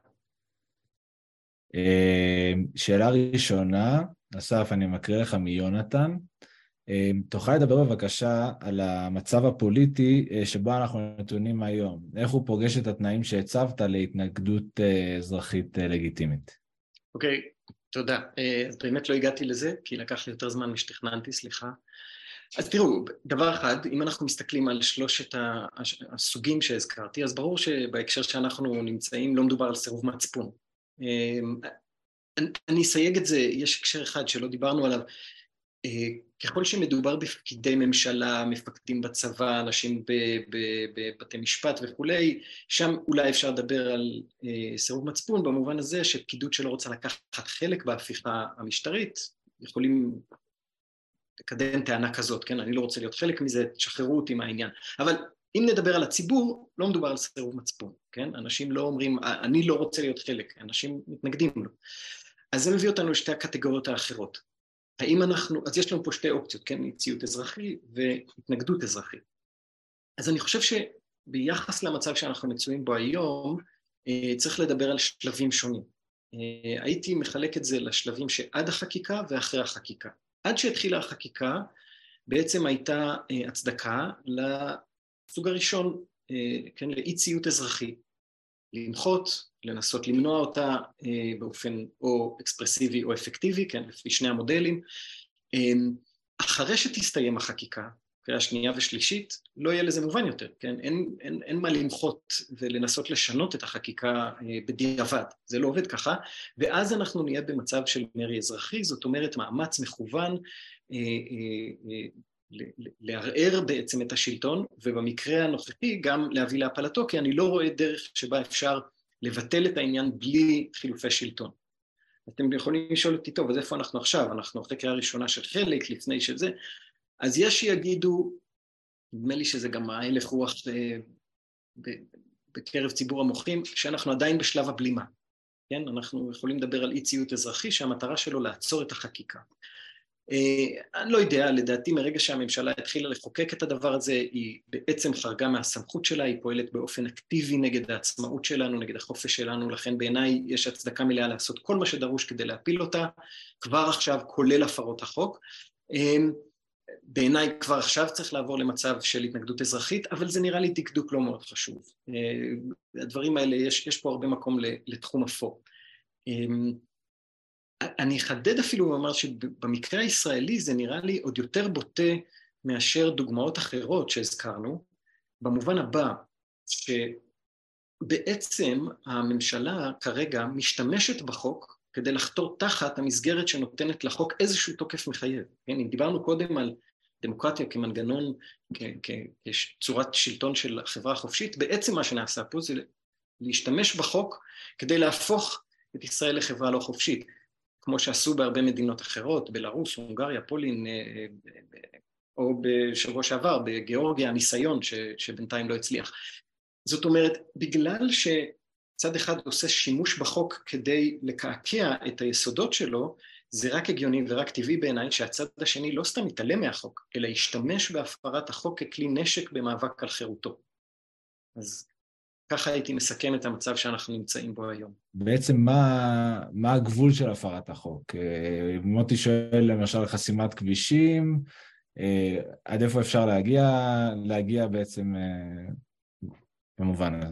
שאלה ראשונה, אסף, אני מקריא לך מיונתן. תוכל לדבר בבקשה על המצב הפוליטי שבו אנחנו נתונים היום. איך הוא פוגש את התנאים שהצבת להתנגדות אזרחית לגיטימית? אוקיי, תודה. אז באמת לא הגעתי לזה, כי לקח לי יותר זמן משתכננתי, סליחה. אז תראו, דבר אחד, אם אנחנו מסתכלים על שלושת הסוגים שהזכרתי, אז ברור שבהקשר שאנחנו נמצאים לא מדובר על סירוב מצפון. אני אסייג את זה, יש הקשר אחד שלא דיברנו עליו, ככל שמדובר בפקידי ממשלה, מפקדים בצבא, אנשים בבתי משפט וכולי, שם אולי אפשר לדבר על סירוב מצפון, במובן הזה שפקידות שלא רוצה לקחת חלק בהפיכה המשטרית, יכולים לקדם טענה כזאת, כן? אני לא רוצה להיות חלק מזה, תשחררו אותי מהעניין. אבל אם נדבר על הציבור, לא מדובר על סירוב מצפון, כן? אנשים לא אומרים, אני לא רוצה להיות חלק, אנשים מתנגדים לו. אז זה מביא אותנו לשתי הקטגוריות האחרות. האם אנחנו, אז יש לנו פה שתי אופציות, כן? אי-ציות אזרחי והתנגדות אזרחית. אז אני חושב שביחס למצב שאנחנו מצויים בו היום, צריך לדבר על שלבים שונים. הייתי מחלק את זה לשלבים שעד החקיקה ואחרי החקיקה. עד שהתחילה החקיקה, בעצם הייתה הצדקה לסוג הראשון, כן, לאי-ציות אזרחי. למחות, לנסות למנוע אותה באופן או אקספרסיבי או אפקטיבי, כן, לפי שני המודלים. אחרי שתסתיים החקיקה, קריאה שנייה ושלישית, לא יהיה לזה מובן יותר, כן? אין, אין, אין מה למחות ולנסות לשנות את החקיקה בדיעבד, זה לא עובד ככה, ואז אנחנו נהיה במצב של מרי אזרחי, זאת אומרת מאמץ מכוון, לערער בעצם את השלטון, ובמקרה הנוכחי גם להביא להפלתו, כי אני לא רואה דרך שבה אפשר לבטל את העניין בלי חילופי שלטון. אתם יכולים לשאול אותי, טוב, אז איפה אנחנו עכשיו? אנחנו אחרי קריאה ראשונה של חלק, לפני של זה. אז יש שיגידו, נדמה לי שזה גם ההלך רוח בקרב ציבור המוחים, שאנחנו עדיין בשלב הבלימה. כן? אנחנו יכולים לדבר על אי-ציות אזרחי, שהמטרה שלו לעצור את החקיקה. אני לא יודע, לדעתי מרגע שהממשלה התחילה לחוקק את הדבר הזה, היא בעצם חרגה מהסמכות שלה, היא פועלת באופן אקטיבי נגד העצמאות שלנו, נגד החופש שלנו, לכן בעיניי יש הצדקה מלאה לעשות כל מה שדרוש כדי להפיל אותה, כבר עכשיו כולל הפרות החוק. בעיניי כבר עכשיו צריך לעבור למצב של התנגדות אזרחית, אבל זה נראה לי דקדוק לא מאוד חשוב. הדברים האלה, יש, יש פה הרבה מקום לתחום אפור. אני אחדד אפילו ואומר שבמקרה הישראלי זה נראה לי עוד יותר בוטה מאשר דוגמאות אחרות שהזכרנו, במובן הבא שבעצם הממשלה כרגע משתמשת בחוק כדי לחתור תחת המסגרת שנותנת לחוק איזשהו תוקף מחייב. כן? אם דיברנו קודם על דמוקרטיה כמנגנון, כצורת שלטון של החברה החופשית, בעצם מה שנעשה פה זה להשתמש בחוק כדי להפוך את ישראל לחברה לא חופשית. כמו שעשו בהרבה מדינות אחרות, בלרוס, הונגריה, פולין, או בשבוע שעבר, בגיאורגיה, הניסיון ש, שבינתיים לא הצליח. זאת אומרת, בגלל שצד אחד עושה שימוש בחוק כדי לקעקע את היסודות שלו, זה רק הגיוני ורק טבעי בעיניי שהצד השני לא סתם מתעלם מהחוק, אלא ישתמש בהפרת החוק ככלי נשק במאבק על חירותו. אז ככה הייתי מסכם את המצב שאנחנו נמצאים בו היום. בעצם מה, מה הגבול של הפרת החוק? מוטי שואל למשל חסימת כבישים, עד איפה אפשר להגיע, להגיע בעצם במובן הזה.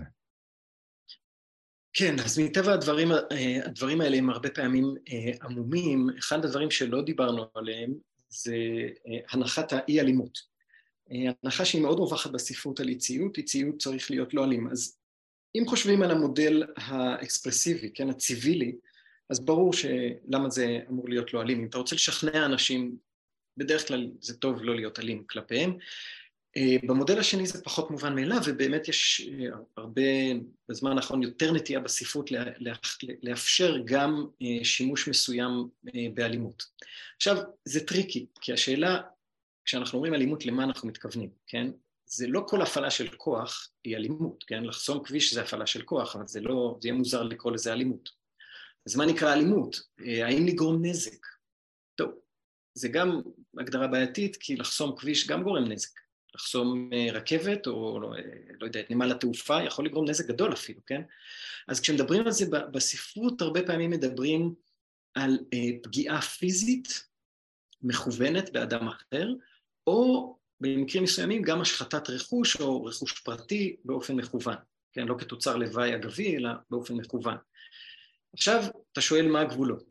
כן, אז מטבע הדברים, הדברים האלה הם הרבה פעמים עמומים. אחד הדברים שלא דיברנו עליהם זה הנחת האי-אלימות. הנחה שהיא מאוד רווחת בספרות על אי-ציות, אי-ציות צריך להיות לא אלים. אז אם חושבים על המודל האקספרסיבי, כן, הציבילי, אז ברור שלמה זה אמור להיות לא אלים. אם אתה רוצה לשכנע אנשים, בדרך כלל זה טוב לא להיות אלים כלפיהם. במודל השני זה פחות מובן מאליו, ובאמת יש הרבה, בזמן האחרון, יותר נטייה בספרות לאפשר גם שימוש מסוים באלימות. עכשיו, זה טריקי, כי השאלה, כשאנחנו אומרים אלימות, למה אנחנו מתכוונים, כן? זה לא כל הפעלה של כוח היא אלימות, כן? לחסום כביש זה הפעלה של כוח, אבל זה לא, זה יהיה מוזר לקרוא לזה אלימות. אז מה נקרא אלימות? האם לגרום נזק? טוב, זה גם הגדרה בעייתית, כי לחסום כביש גם גורם נזק. לחסום רכבת, או לא, לא יודע, את נמל התעופה, יכול לגרום נזק גדול אפילו, כן? אז כשמדברים על זה בספרות, הרבה פעמים מדברים על פגיעה פיזית מכוונת באדם אחר, או במקרים מסוימים גם השחתת רכוש או רכוש פרטי באופן מכוון, כן? לא כתוצר לוואי אגבי, אלא באופן מכוון. עכשיו, אתה שואל מה הגבולות.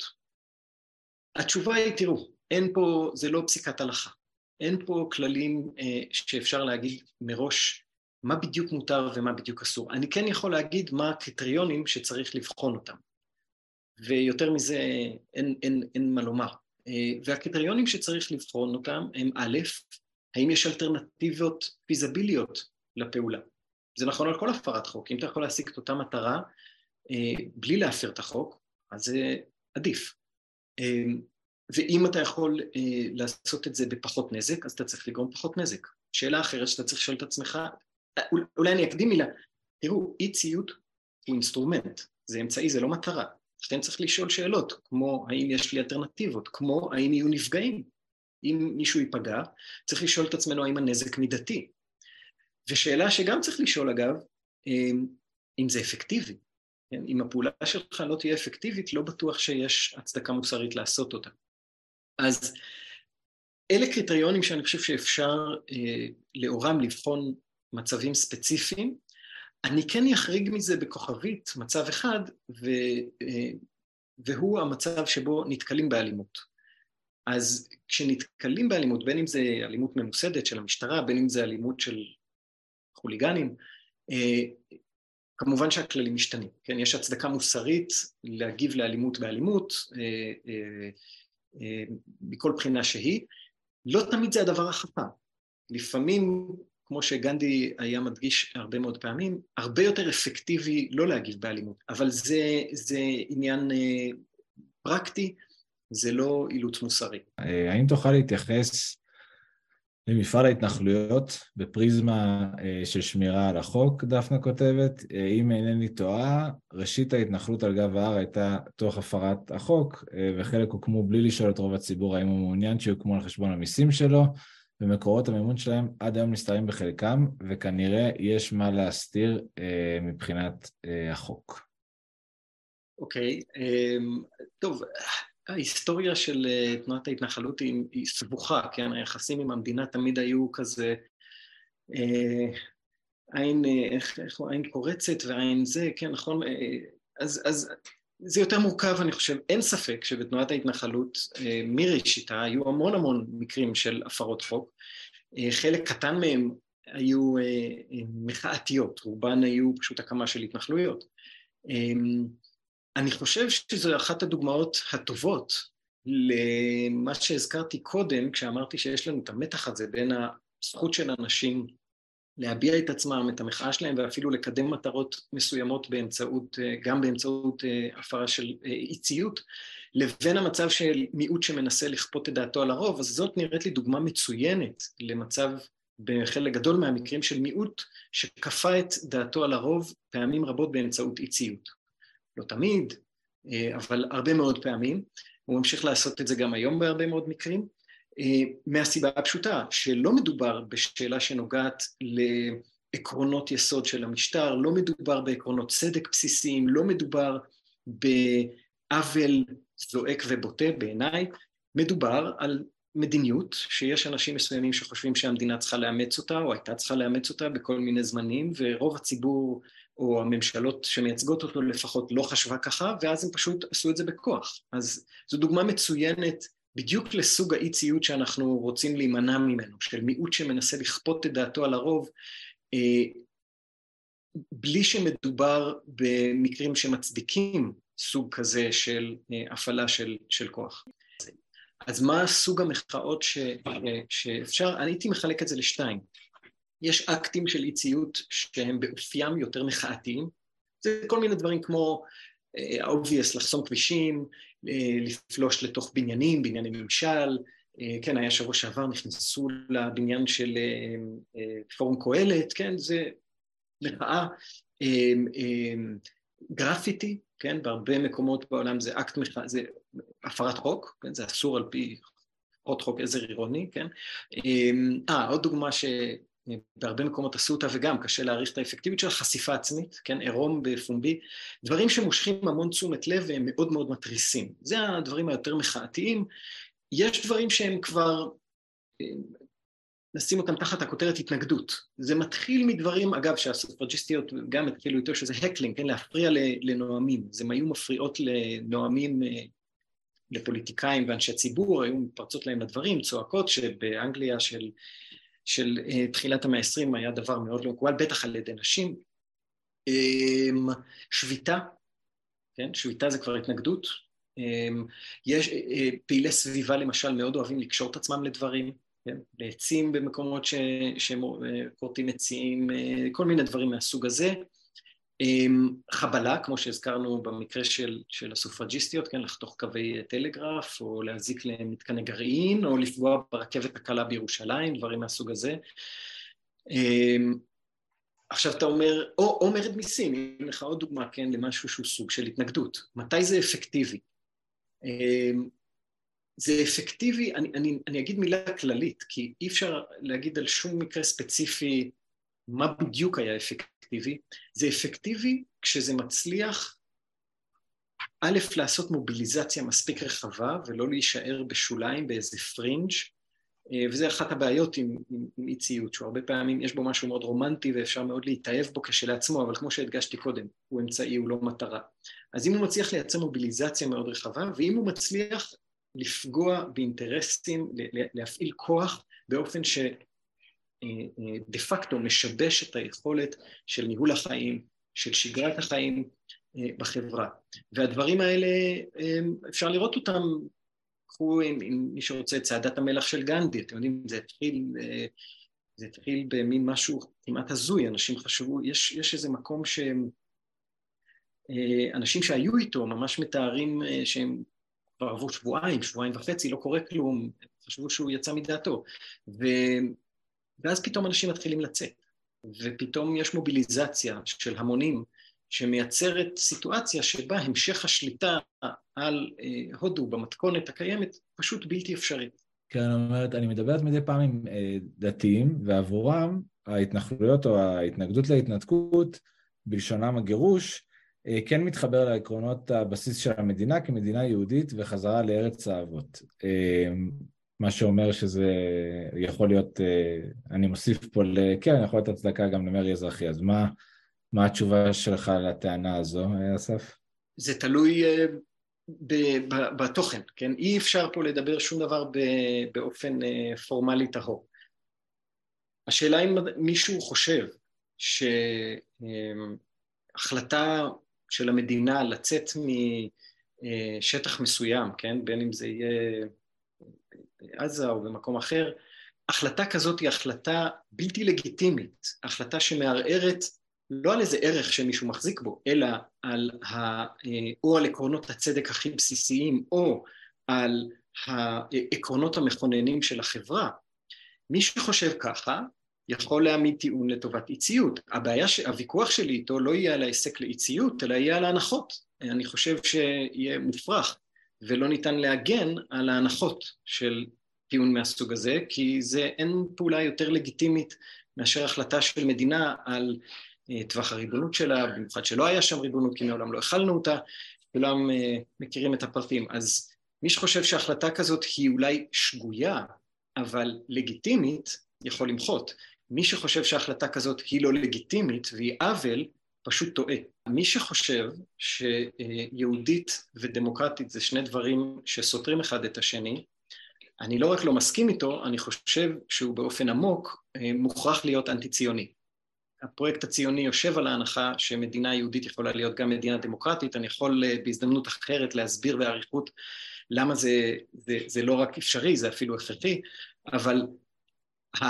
התשובה היא, תראו, אין פה, זה לא פסיקת הלכה. אין פה כללים אה, שאפשר להגיד מראש מה בדיוק מותר ומה בדיוק אסור. אני כן יכול להגיד מה הקריטריונים שצריך לבחון אותם. ויותר מזה אין, אין, אין מה לומר. אה, והקריטריונים שצריך לבחון אותם הם א', האם יש אלטרנטיבות פיזביליות לפעולה. זה נכון על כל הפרת חוק. אם אתה יכול להשיג את אותה מטרה אה, בלי להפר את החוק, אז זה עדיף. אה, ואם אתה יכול אה, לעשות את זה בפחות נזק, אז אתה צריך לגרום פחות נזק. שאלה אחרת שאתה צריך לשאול את עצמך, אולי אני אקדים מילה, תראו, אי ציות הוא אינסטרומנט, זה אמצעי, זה לא מטרה. לכן צריך לשאול שאלות, כמו האם יש לי אלטרנטיבות, כמו האם יהיו נפגעים. אם מישהו ייפגע, צריך לשאול את עצמנו האם הנזק מידתי. ושאלה שגם צריך לשאול אגב, אם זה אפקטיבי. אם הפעולה שלך לא תהיה אפקטיבית, לא בטוח שיש הצדקה מוסרית לעשות אותה. אז אלה קריטריונים שאני חושב שאפשר אה, לאורם לבחון מצבים ספציפיים. אני כן יחריג מזה בכוכבית מצב אחד, ו, אה, והוא המצב שבו נתקלים באלימות. אז כשנתקלים באלימות, בין אם זה אלימות ממוסדת של המשטרה, בין אם זה אלימות של חוליגנים, אה, כמובן שהכללים משתנים. כן? יש הצדקה מוסרית להגיב לאלימות באלימות, אה, אה, מכל בחינה שהיא, לא תמיד זה הדבר החכם. לפעמים, כמו שגנדי היה מדגיש הרבה מאוד פעמים, הרבה יותר אפקטיבי לא להגיב באלימות, אבל זה, זה עניין פרקטי, זה לא אילוץ מוסרי. האם תוכל להתייחס למפעל ההתנחלויות בפריזמה של שמירה על החוק, דפנה כותבת, אם אינני טועה, ראשית ההתנחלות על גב ההר הייתה תוך הפרת החוק, וחלק הוקמו בלי לשאול את רוב הציבור האם הוא מעוניין שיוקמו על חשבון המיסים שלו, ומקורות המימון שלהם עד היום נסתרים בחלקם, וכנראה יש מה להסתיר מבחינת החוק. אוקיי, טוב, ההיסטוריה של תנועת ההתנחלות היא, היא סבוכה, כן? היחסים עם המדינה תמיד היו כזה, אה, עין, איך, איך, עין קורצת ועין זה, כן, נכון? אה, אז, אז זה יותר מורכב, אני חושב. אין ספק שבתנועת ההתנחלות, אה, מראשיתה, היו המון המון מקרים של הפרות חוק. אה, חלק קטן מהם היו אה, אה, מחאתיות, רובן היו פשוט הקמה של התנחלויות. אה, אני חושב שזו אחת הדוגמאות הטובות למה שהזכרתי קודם, כשאמרתי שיש לנו את המתח הזה בין הזכות של אנשים להביע את עצמם, את המחאה שלהם, ואפילו לקדם מטרות מסוימות באמצעות, גם באמצעות הפרה של אי ציות, לבין המצב של מיעוט שמנסה לכפות את דעתו על הרוב. אז זאת נראית לי דוגמה מצוינת למצב בחלק גדול מהמקרים של מיעוט שכפה את דעתו על הרוב פעמים רבות באמצעות אי ציות. לא תמיד, אבל הרבה מאוד פעמים, הוא ממשיך לעשות את זה גם היום בהרבה מאוד מקרים, מהסיבה הפשוטה, שלא מדובר בשאלה שנוגעת לעקרונות יסוד של המשטר, לא מדובר בעקרונות צדק בסיסיים, לא מדובר בעוול זועק ובוטה בעיניי, מדובר על מדיניות, שיש אנשים מסוימים שחושבים שהמדינה צריכה לאמץ אותה, או הייתה צריכה לאמץ אותה בכל מיני זמנים, ורוב הציבור או הממשלות שמייצגות אותו לפחות לא חשבה ככה, ואז הם פשוט עשו את זה בכוח. אז זו דוגמה מצוינת בדיוק לסוג האי ציות שאנחנו רוצים להימנע ממנו, של מיעוט שמנסה לכפות את דעתו על הרוב, בלי שמדובר במקרים שמצדיקים סוג כזה של הפעלה של, של כוח. אז מה סוג המחאות ש, שאפשר? אני הייתי מחלק את זה לשתיים. יש אקטים של אי ציות שהם באופיים יותר מחאתיים. זה כל מיני דברים כמו obvious, לחסום כבישים, לפלוש לתוך בניינים, בנייני ממשל. כן, היה שבוע שעבר, נכנסו לבניין של פורום קהלת, כן, זה מחאה. גרפיטי, כן, בהרבה מקומות בעולם זה אקט מחאה, זה הפרת חוק, כן, זה אסור על פי עוד חוק עזר עירוני, כן. אה, עוד דוגמה שבהרבה מקומות עשו אותה וגם קשה להעריך את האפקטיביות של חשיפה עצמית, כן, עירום בפומבי, דברים שמושכים המון תשומת לב והם מאוד מאוד מטריסים. זה הדברים היותר מחאתיים. יש דברים שהם כבר, נשים אותם תחת הכותרת התנגדות. זה מתחיל מדברים, אגב, שהסופרג'יסטיות גם התחילו איתו, שזה הקלינג, כן, להפריע לנואמים. זה היו מפריעות לנואמים, לפוליטיקאים ואנשי ציבור, היו מתפרצות להם לדברים, צועקות, שבאנגליה של, של תחילת המאה ה-עשרים היה דבר מאוד לא מקובל, בטח על ידי נשים. שביתה, כן, שביתה זה כבר התנגדות. יש פעילי סביבה, למשל, מאוד אוהבים לקשור את עצמם לדברים, כן? לעצים במקומות שכורתים עצים, כל מיני דברים מהסוג הזה. חבלה, כמו שהזכרנו במקרה של, של הסופרג'יסטיות, כן? לחתוך קווי טלגרף, או להזיק למתקני גרעין, או לפגוע ברכבת הקלה בירושלים, דברים מהסוג הזה. עכשיו אתה אומר, או, או מרד מיסים, אם לך עוד דוגמה, כן, למשהו שהוא סוג של התנגדות. מתי זה אפקטיבי? זה אפקטיבי, אני, אני, אני אגיד מילה כללית, כי אי אפשר להגיד על שום מקרה ספציפי מה בדיוק היה אפקטיבי. זה אפקטיבי כשזה מצליח, א', לעשות מוביליזציה מספיק רחבה, ולא להישאר בשוליים באיזה פרינג', וזה אחת הבעיות עם, עם, עם אי ציות, שהוא הרבה פעמים יש בו משהו מאוד רומנטי, ואפשר מאוד להתאהב בו כשלעצמו, אבל כמו שהדגשתי קודם, הוא אמצעי, הוא לא מטרה. אז אם הוא מצליח לייצר מוביליזציה מאוד רחבה, ואם הוא מצליח לפגוע באינטרסים, להפעיל כוח באופן שדה פקטו משבש את היכולת של ניהול החיים, של שגרת החיים בחברה. והדברים האלה, אפשר לראות אותם, קחו עם, עם מי שרוצה את צעדת המלח של גנדי, אתם יודעים, זה התחיל, זה התחיל במין משהו כמעט הזוי, אנשים חשבו, יש, יש איזה מקום שהם, אנשים שהיו איתו ממש מתארים שהם, כבר עברו שבועיים, שבועיים וחצי, לא קורה כלום, חשבו שהוא יצא מדעתו. ו... ואז פתאום אנשים מתחילים לצאת, ופתאום יש מוביליזציה של המונים, שמייצרת סיטואציה שבה המשך השליטה על אה, הודו במתכונת הקיימת, פשוט בלתי אפשרית. כן, אומרת, אני מדברת מדי פעם עם אה, דתיים, ועבורם ההתנחלויות או ההתנגדות להתנתקות, בלשונם הגירוש, כן מתחבר לעקרונות הבסיס של המדינה כמדינה יהודית וחזרה לארץ האבות. מה שאומר שזה יכול להיות, אני מוסיף פה, כן, יכול להיות הצדקה גם למרי אזרחי. אז מה, מה התשובה שלך לטענה הזו, אסף? זה תלוי בתוכן, כן? אי אפשר פה לדבר שום דבר באופן פורמלי טהור. השאלה אם מישהו חושב שהחלטה של המדינה לצאת משטח מסוים, כן? בין אם זה יהיה עזה או במקום אחר, החלטה כזאת היא החלטה בלתי לגיטימית, החלטה שמערערת לא על איזה ערך שמישהו מחזיק בו, אלא על ה... או על עקרונות הצדק הכי בסיסיים, או על העקרונות המכוננים של החברה. מי שחושב ככה, יכול להעמיד טיעון לטובת אי ציות. הבעיה, הוויכוח שלי איתו לא יהיה על העסק לאי ציות, אלא יהיה על ההנחות. אני חושב שיהיה מופרך, ולא ניתן להגן על ההנחות של טיעון מהסוג הזה, כי זה אין פעולה יותר לגיטימית מאשר החלטה של מדינה על טווח הריבונות שלה, במיוחד שלא היה שם ריבונות, כי מעולם לא החלנו אותה, כולם מכירים את הפרטים. אז מי שחושב שההחלטה כזאת היא אולי שגויה, אבל לגיטימית, יכול למחות. מי שחושב שההחלטה כזאת היא לא לגיטימית והיא עוול, פשוט טועה. מי שחושב שיהודית ודמוקרטית זה שני דברים שסותרים אחד את השני, אני לא רק לא מסכים איתו, אני חושב שהוא באופן עמוק מוכרח להיות אנטי-ציוני. הפרויקט הציוני יושב על ההנחה שמדינה יהודית יכולה להיות גם מדינה דמוקרטית, אני יכול בהזדמנות אחרת להסביר בעריכות למה זה, זה, זה לא רק אפשרי, זה אפילו הכרחי, אבל ה,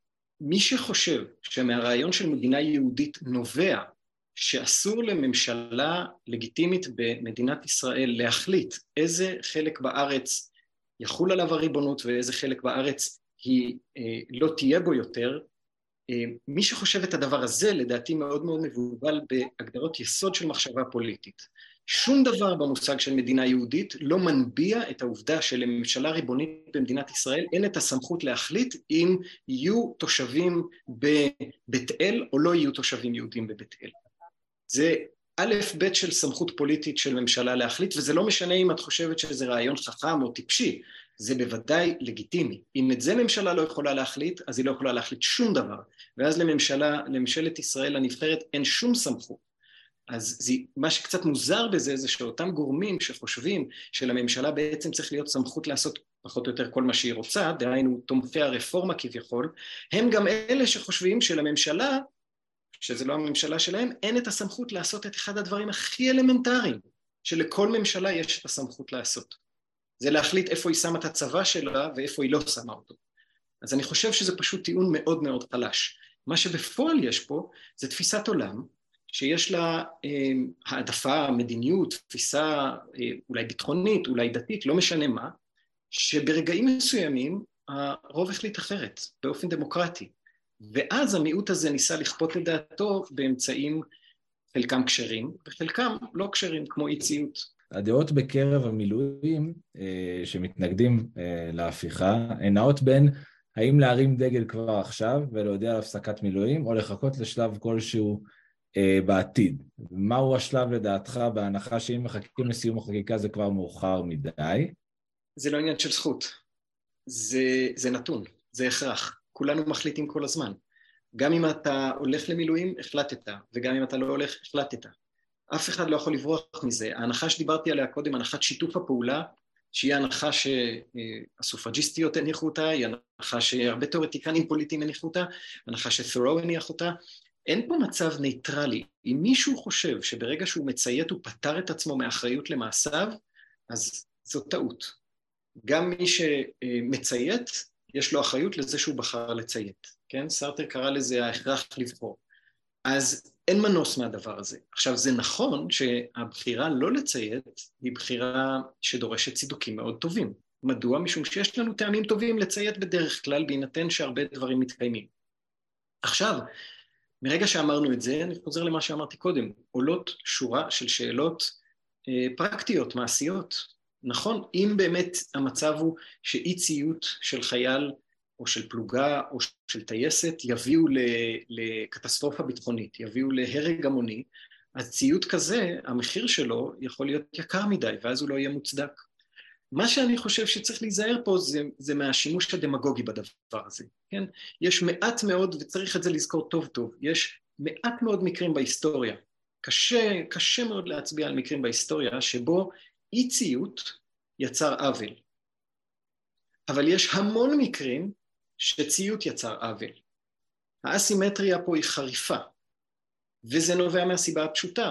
מי שחושב שמהרעיון של מדינה יהודית נובע שאסור לממשלה לגיטימית במדינת ישראל להחליט איזה חלק בארץ יחול עליו הריבונות ואיזה חלק בארץ היא אה, לא תהיה בו יותר, אה, מי שחושב את הדבר הזה לדעתי מאוד מאוד מבולבל בהגדרות יסוד של מחשבה פוליטית. שום דבר במושג של מדינה יהודית לא מנביע את העובדה שלממשלה ריבונית במדינת ישראל אין את הסמכות להחליט אם יהיו תושבים בבית אל או לא יהיו תושבים יהודים בבית אל. זה א' ב' של סמכות פוליטית של ממשלה להחליט, וזה לא משנה אם את חושבת שזה רעיון חכם או טיפשי, זה בוודאי לגיטימי. אם את זה ממשלה לא יכולה להחליט, אז היא לא יכולה להחליט שום דבר, ואז לממשלה, לממשלת ישראל הנבחרת אין שום סמכות. אז זה, מה שקצת מוזר בזה זה שאותם גורמים שחושבים שלממשלה בעצם צריך להיות סמכות לעשות פחות או יותר כל מה שהיא רוצה, דהיינו תומכי הרפורמה כביכול, הם גם אלה שחושבים שלממשלה, שזה לא הממשלה שלהם, אין את הסמכות לעשות את אחד הדברים הכי אלמנטריים, שלכל ממשלה יש את הסמכות לעשות. זה להחליט איפה היא שמה את הצבא שלה ואיפה היא לא שמה אותו. אז אני חושב שזה פשוט טיעון מאוד מאוד חלש. מה שבפועל יש פה זה תפיסת עולם, שיש לה אה, העדפה, מדיניות, תפיסה אה, אולי ביטחונית, אולי דתית, לא משנה מה, שברגעים מסוימים הרוב החליט אחרת, באופן דמוקרטי. ואז המיעוט הזה ניסה לכפות את דעתו באמצעים חלקם כשרים, וחלקם לא כשרים, כמו אי ציות. הדעות בקרב המילואים אה, שמתנגדים אה, להפיכה, הן נעות בין האם להרים דגל כבר עכשיו ולהודיע על הפסקת מילואים, או לחכות לשלב כלשהו אה, בעתיד. מהו השלב לדעתך בהנחה שאם מחכים לסיום החקיקה זה כבר מאוחר מדי? זה לא עניין של זכות, זה, זה נתון, זה הכרח. כולנו מחליטים כל הזמן. גם אם אתה הולך למילואים, החלטת, וגם אם אתה לא הולך, החלטת. אף אחד לא יכול לברוח מזה. ההנחה שדיברתי עליה קודם, הנחת שיתוף הפעולה, שהיא ההנחה שהסופרג'יסטיות הניחו אותה, היא הנחה שהרבה תיאורטיקנים פוליטיים הניחו אותה, הנחה שת'רו הניח אותה. אין פה מצב ניטרלי. אם מישהו חושב שברגע שהוא מציית הוא פטר את עצמו מאחריות למעשיו, אז זו טעות. גם מי שמציית, יש לו אחריות לזה שהוא בחר לציית, כן? סארטר קרא לזה ההכרח לבחור. אז אין מנוס מהדבר הזה. עכשיו, זה נכון שהבחירה לא לציית היא בחירה שדורשת צידוקים מאוד טובים. מדוע? משום שיש לנו טעמים טובים לציית בדרך כלל, בהינתן שהרבה דברים מתקיימים. עכשיו, מרגע שאמרנו את זה, אני חוזר למה שאמרתי קודם, עולות שורה של שאלות אה, פרקטיות, מעשיות. נכון, אם באמת המצב הוא שאי ציות של חייל או של פלוגה או של טייסת יביאו לקטסטרופה ביטחונית, יביאו להרג המוני, אז ציות כזה, המחיר שלו יכול להיות יקר מדי, ואז הוא לא יהיה מוצדק. מה שאני חושב שצריך להיזהר פה זה, זה מהשימוש הדמגוגי בדבר הזה, כן? יש מעט מאוד, וצריך את זה לזכור טוב טוב, יש מעט מאוד מקרים בהיסטוריה, קשה, קשה מאוד להצביע על מקרים בהיסטוריה, שבו אי ציות יצר עוול. אבל יש המון מקרים שציות יצר עוול. האסימטריה פה היא חריפה, וזה נובע מהסיבה הפשוטה,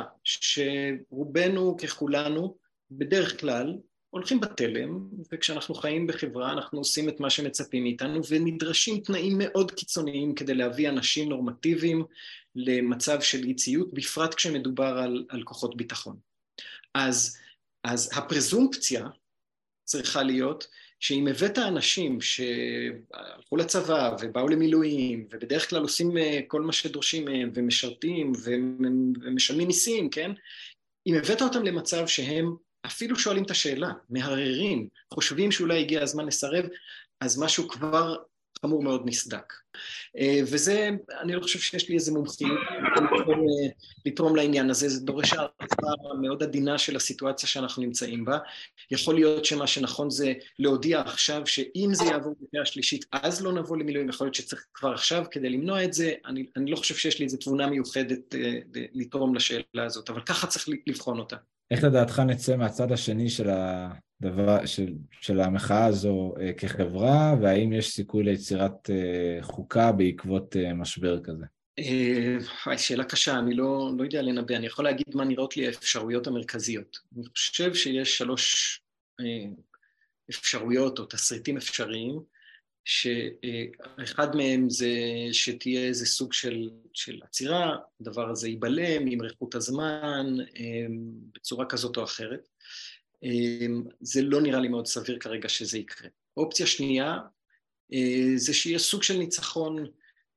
שרובנו ככולנו בדרך כלל הולכים בתלם, וכשאנחנו חיים בחברה אנחנו עושים את מה שמצפים מאיתנו, ונדרשים תנאים מאוד קיצוניים כדי להביא אנשים נורמטיביים למצב של אי ציות, בפרט כשמדובר על, על כוחות ביטחון. אז, אז הפרזומפציה צריכה להיות שאם הבאת אנשים שהלכו לצבא ובאו למילואים, ובדרך כלל עושים כל מה שדורשים מהם, ומשרתים ומשלמים מיסים, כן? אם הבאת אותם למצב שהם אפילו שואלים את השאלה, מהרהרים, חושבים שאולי הגיע הזמן לסרב, אז משהו כבר חמור מאוד נסדק. וזה, אני לא חושב שיש לי איזה מומחיות לתרום לעניין הזה, זה דורש הערכה מאוד עדינה של הסיטואציה שאנחנו נמצאים בה. יכול להיות שמה שנכון זה להודיע עכשיו שאם זה יעבור בקריאה שלישית, אז לא נבוא למילואים, יכול להיות שצריך כבר עכשיו כדי למנוע את זה, אני, אני לא חושב שיש לי איזו תבונה מיוחדת לתרום לשאלה הזאת, אבל ככה צריך לבחון אותה. איך לדעתך נצא מהצד השני של הדבר, של, של המחאה הזו כחברה, והאם יש סיכוי ליצירת חוקה בעקבות משבר כזה? שאלה קשה, אני לא, לא יודע לנבא, אני יכול להגיד מה נראות לי האפשרויות המרכזיות. אני חושב שיש שלוש אפשרויות או תסריטים אפשריים, שאחד מהם זה שתהיה איזה סוג של, של עצירה, הדבר הזה ייבלם, ימרחו הזמן, בצורה כזאת או אחרת. זה לא נראה לי מאוד סביר כרגע שזה יקרה. אופציה שנייה, זה שיהיה סוג של ניצחון,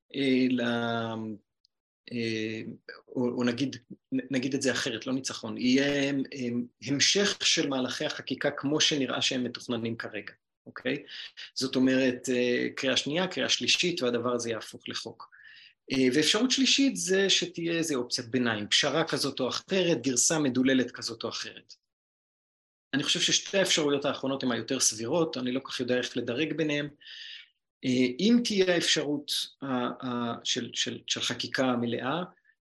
או, או נגיד, נגיד את זה אחרת, לא ניצחון, יהיה המשך של מהלכי החקיקה כמו שנראה שהם מתוכננים כרגע. אוקיי? זאת אומרת, קריאה שנייה, קריאה שלישית, והדבר הזה יהפוך לחוק. ואפשרות שלישית זה שתהיה איזו אופציית ביניים, פשרה כזאת או אחרת, גרסה מדוללת כזאת או אחרת. אני חושב ששתי האפשרויות האחרונות הן היותר סבירות, אני לא כך יודע איך לדרג ביניהם. אם תהיה האפשרות של, של, של חקיקה מלאה,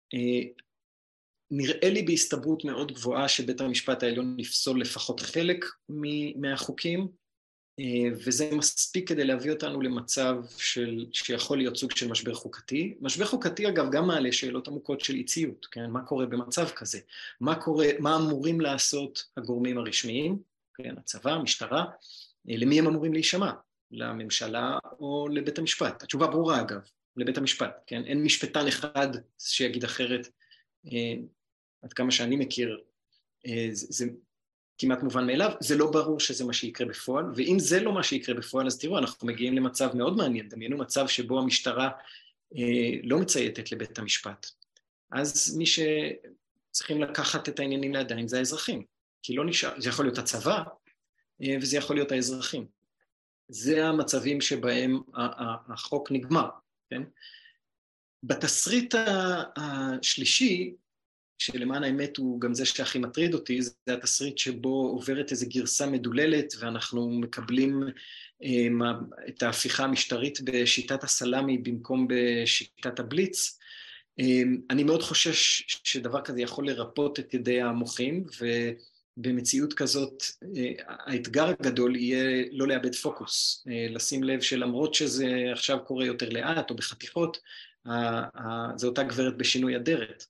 נראה לי בהסתברות מאוד גבוהה שבית המשפט העליון יפסול לפחות חלק מהחוקים, וזה מספיק כדי להביא אותנו למצב של, שיכול להיות סוג של משבר חוקתי. משבר חוקתי אגב גם מעלה שאלות עמוקות של אי-ציות, כן? מה קורה במצב כזה? מה קורה, מה אמורים לעשות הגורמים הרשמיים, כן? הצבא, המשטרה, למי הם אמורים להישמע? לממשלה או לבית המשפט? התשובה ברורה אגב, לבית המשפט, כן? אין משפטן אחד שיגיד אחרת, עד כמה שאני מכיר, זה, זה כמעט מובן מאליו, זה לא ברור שזה מה שיקרה בפועל, ואם זה לא מה שיקרה בפועל, אז תראו, אנחנו מגיעים למצב מאוד מעניין, דמיינו מצב שבו המשטרה אה, לא מצייתת לבית המשפט. אז מי שצריכים לקחת את העניינים לידיים זה האזרחים, כי לא נשאר, זה יכול להיות הצבא, אה, וזה יכול להיות האזרחים. זה המצבים שבהם החוק נגמר, כן? בתסריט השלישי, שלמען האמת הוא גם זה שהכי מטריד אותי, זה התסריט שבו עוברת איזו גרסה מדוללת, ואנחנו מקבלים אה, את ההפיכה המשטרית בשיטת הסלאמי במקום בשיטת הבליץ. אה, אני מאוד חושש שדבר כזה יכול לרפות את ידי המוחים, ובמציאות כזאת אה, האתגר הגדול יהיה לא לאבד פוקוס, אה, לשים לב שלמרות שזה עכשיו קורה יותר לאט או בחתיכות, אה, אה, זה אותה גברת בשינוי אדרת.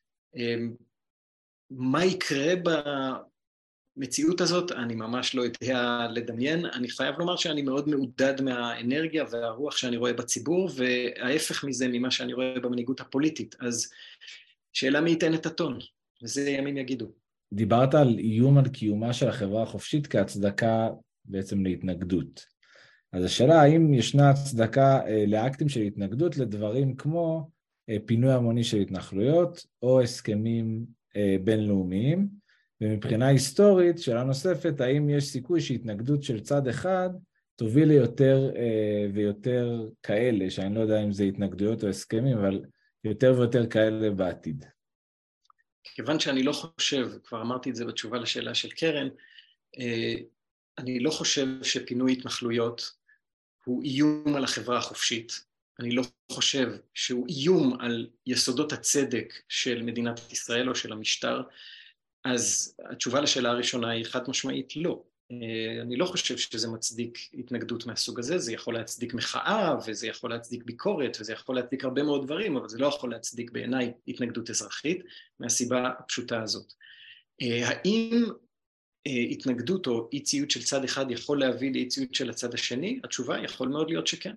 מה יקרה במציאות הזאת, אני ממש לא יודע לדמיין. אני חייב לומר שאני מאוד מעודד מהאנרגיה והרוח שאני רואה בציבור, וההפך מזה ממה שאני רואה במנהיגות הפוליטית. אז שאלה מי ייתן את הטון, וזה ימים יגידו. דיברת על איום על קיומה של החברה החופשית כהצדקה בעצם להתנגדות. אז השאלה האם ישנה הצדקה לאקטים של התנגדות לדברים כמו פינוי המוני של התנחלויות או הסכמים בינלאומיים, ומבחינה היסטורית, שאלה נוספת, האם יש סיכוי שהתנגדות של צד אחד תוביל ליותר ויותר כאלה, שאני לא יודע אם זה התנגדויות או הסכמים, אבל יותר ויותר כאלה בעתיד. כיוון שאני לא חושב, כבר אמרתי את זה בתשובה לשאלה של קרן, אני לא חושב שפינוי התנחלויות הוא איום על החברה החופשית, אני לא חושב שהוא איום על יסודות הצדק של מדינת ישראל או של המשטר, אז התשובה לשאלה הראשונה היא חד משמעית לא. אני לא חושב שזה מצדיק התנגדות מהסוג הזה, זה יכול להצדיק מחאה, וזה יכול להצדיק ביקורת, וזה יכול להצדיק הרבה מאוד דברים, אבל זה לא יכול להצדיק בעיניי התנגדות אזרחית, מהסיבה הפשוטה הזאת. האם התנגדות או אי ציות של צד אחד יכול להביא לאי ציות של הצד השני? התשובה יכול מאוד להיות שכן.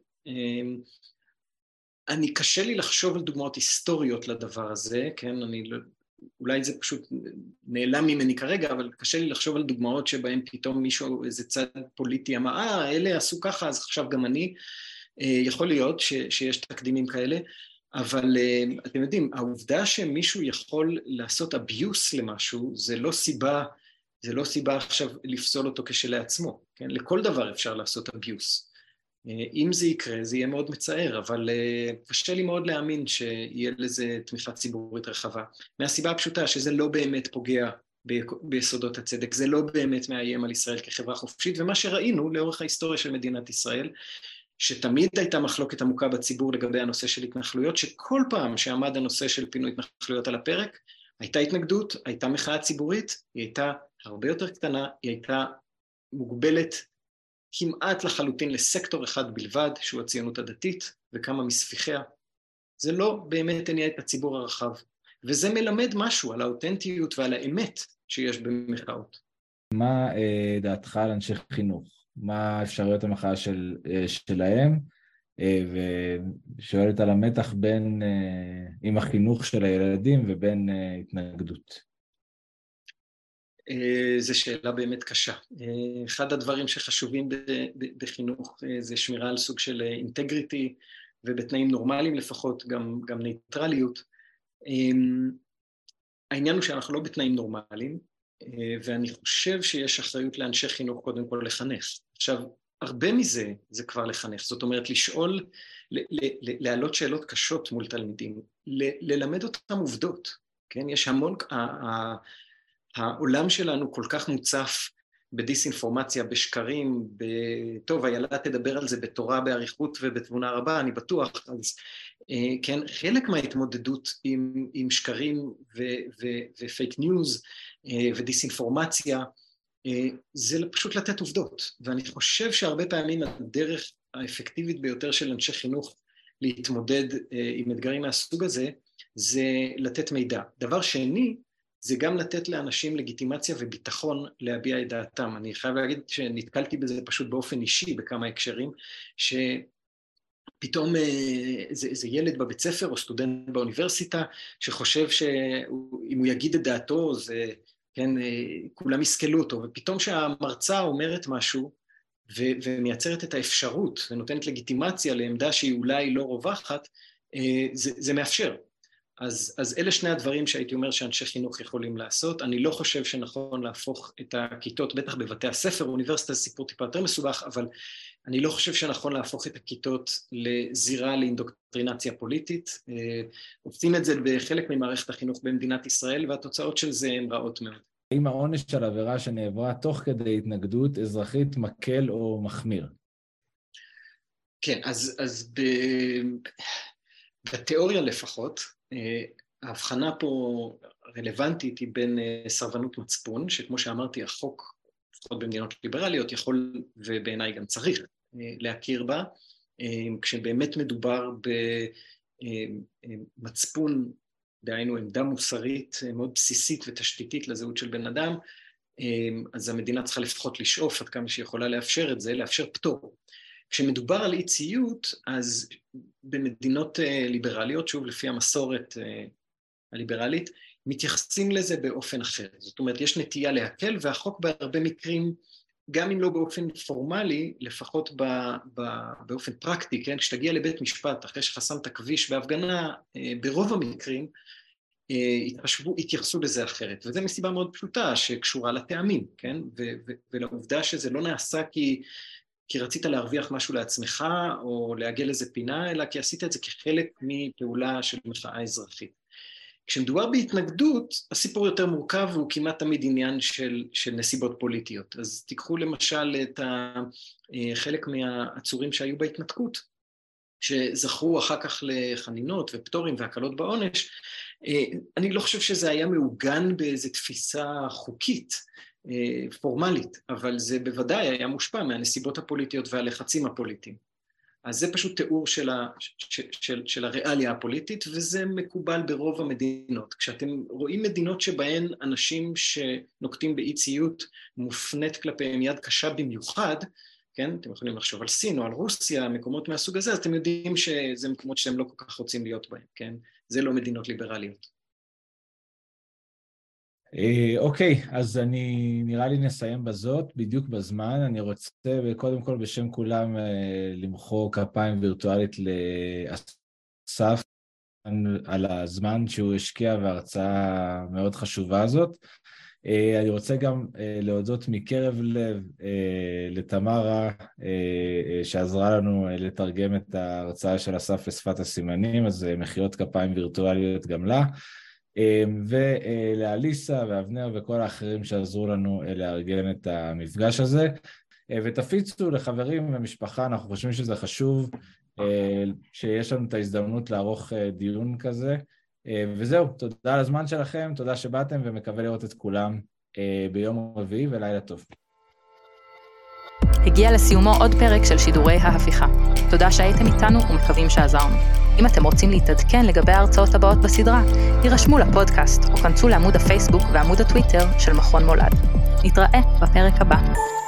אני קשה לי לחשוב על דוגמאות היסטוריות לדבר הזה, כן, אני לא, אולי זה פשוט נעלם ממני כרגע, אבל קשה לי לחשוב על דוגמאות שבהן פתאום מישהו, איזה צד פוליטי אמר, אה, אלה עשו ככה, אז עכשיו גם אני, יכול להיות ש, שיש תקדימים כאלה, אבל אתם יודעים, העובדה שמישהו יכול לעשות אביוס למשהו, זה לא סיבה, זה לא סיבה עכשיו לפסול אותו כשלעצמו, כן, לכל דבר אפשר לעשות אביוס. אם זה יקרה, זה יהיה מאוד מצער, אבל קשה לי מאוד להאמין שיהיה לזה תמיכה ציבורית רחבה. מהסיבה הפשוטה שזה לא באמת פוגע ביסודות הצדק, זה לא באמת מאיים על ישראל כחברה חופשית, ומה שראינו לאורך ההיסטוריה של מדינת ישראל, שתמיד הייתה מחלוקת עמוקה בציבור לגבי הנושא של התנחלויות, שכל פעם שעמד הנושא של פינוי התנחלויות על הפרק, הייתה התנגדות, הייתה מחאה ציבורית, היא הייתה הרבה יותר קטנה, היא הייתה מוגבלת כמעט לחלוטין לסקטור אחד בלבד, שהוא הציונות הדתית, וכמה מספיחיה. זה לא באמת הניע את הציבור הרחב, וזה מלמד משהו על האותנטיות ועל האמת שיש במחאות. מה דעתך על אנשי חינוך? מה אפשרויות המחאה של, שלהם? ושואלת על המתח בין, עם החינוך של הילדים ובין התנגדות. זו שאלה באמת קשה. אחד הדברים שחשובים בחינוך זה שמירה על סוג של אינטגריטי, ובתנאים נורמליים לפחות גם, גם ניטרליות. העניין הוא שאנחנו לא בתנאים נורמליים, ואני חושב שיש אחריות לאנשי חינוך קודם כל לחנך. עכשיו, הרבה מזה זה כבר לחנך, זאת אומרת לשאול, להעלות שאלות קשות מול תלמידים, ללמד אותם עובדות, כן? יש המון, העולם שלנו כל כך מוצף בדיסאינפורמציה, בשקרים, טוב, איילה תדבר על זה בתורה, באריכות ובתבונה רבה, אני בטוח, אז כן, חלק מההתמודדות עם, עם שקרים ופייק ניוז ודיסאינפורמציה, זה פשוט לתת עובדות, ואני חושב שהרבה פעמים הדרך האפקטיבית ביותר של אנשי חינוך להתמודד עם אתגרים מהסוג הזה, זה לתת מידע. דבר שני, זה גם לתת לאנשים לגיטימציה וביטחון להביע את דעתם. אני חייב להגיד שנתקלתי בזה פשוט באופן אישי בכמה הקשרים, שפתאום איזה ילד בבית ספר או סטודנט באוניברסיטה, שחושב שאם הוא יגיד את דעתו, זה, כן, כולם יסכלו אותו, ופתאום שהמרצה אומרת משהו, ו- ומייצרת את האפשרות, ונותנת לגיטימציה לעמדה שהיא אולי לא רווחת, זה, זה מאפשר. אז, אז אלה שני הדברים שהייתי אומר שאנשי חינוך יכולים לעשות. אני לא חושב שנכון להפוך את הכיתות, בטח בבתי הספר, אוניברסיטה זה סיפור טיפה יותר מסובך, אבל אני לא חושב שנכון להפוך את הכיתות לזירה לאינדוקטרינציה פוליטית. עושים את זה בחלק ממערכת החינוך במדינת ישראל, והתוצאות של זה הן רעות מאוד. האם העונש של עבירה שנעברה תוך כדי התנגדות אזרחית מקל או מחמיר? כן, אז, אז ב... בתיאוריה לפחות, ההבחנה פה רלוונטית היא בין סרבנות מצפון, שכמו שאמרתי, החוק, לפחות במדינות ליברליות, יכול ובעיניי גם צריך להכיר בה, כשבאמת מדובר במצפון, דהיינו עמדה מוסרית מאוד בסיסית ותשתיתית לזהות של בן אדם, אז המדינה צריכה לפחות לשאוף עד כמה שהיא יכולה לאפשר את זה, לאפשר פטור. כשמדובר על אי ציות, אז במדינות ליברליות, שוב לפי המסורת הליברלית, מתייחסים לזה באופן אחר. זאת אומרת, יש נטייה להקל, והחוק בהרבה מקרים, גם אם לא באופן פורמלי, לפחות ב, ב, באופן פרקטי, כן? כשתגיע לבית משפט, אחרי שחסמת כביש בהפגנה, ברוב המקרים, התחשבו, התייחסו לזה אחרת. וזה מסיבה מאוד פשוטה, שקשורה לטעמים, כן? ו, ו, ולעובדה שזה לא נעשה כי... כי רצית להרוויח משהו לעצמך, או להגיע לזה פינה, אלא כי עשית את זה כחלק מפעולה של מחאה אזרחית. כשמדובר בהתנגדות, הסיפור יותר מורכב, והוא כמעט תמיד עניין של, של נסיבות פוליטיות. אז תיקחו למשל את חלק מהעצורים שהיו בהתנתקות, שזכרו אחר כך לחנינות ופטורים והקלות בעונש. אני לא חושב שזה היה מעוגן באיזו תפיסה חוקית, פורמלית, אבל זה בוודאי היה מושפע מהנסיבות הפוליטיות והלחצים הפוליטיים. אז זה פשוט תיאור של, ה, של, של, של הריאליה הפוליטית, וזה מקובל ברוב המדינות. כשאתם רואים מדינות שבהן אנשים שנוקטים באי ציות מופנית כלפיהם יד קשה במיוחד, כן? אתם יכולים לחשוב על סין או על רוסיה, מקומות מהסוג הזה, אז אתם יודעים שזה מקומות שאתם לא כל כך רוצים להיות בהם, כן? זה לא מדינות ליברליות. אוקיי, אז אני נראה לי נסיים בזאת, בדיוק בזמן. אני רוצה קודם כל בשם כולם למחוא כפיים וירטואלית לאסף על הזמן שהוא השקיע וההרצאה מאוד חשובה הזאת. אני רוצה גם להודות מקרב לב לתמרה, שעזרה לנו לתרגם את ההרצאה של אסף לשפת הסימנים, אז מחיאות כפיים וירטואליות גם לה, ולאליסה ואבנר וכל האחרים שעזרו לנו לארגן את המפגש הזה, ותפיצו לחברים ומשפחה, אנחנו חושבים שזה חשוב, שיש לנו את ההזדמנות לערוך דיון כזה, וזהו, תודה על הזמן שלכם, תודה שבאתם ומקווה לראות את כולם ביום רביעי ולילה טוב. הגיע לסיומו עוד פרק של שידורי ההפיכה. תודה שהייתם איתנו ומקווים שעזרנו. אם אתם רוצים להתעדכן לגבי ההרצאות הבאות בסדרה, הירשמו לפודקאסט או כנסו לעמוד הפייסבוק ועמוד הטוויטר של מכון מולד. נתראה בפרק הבא.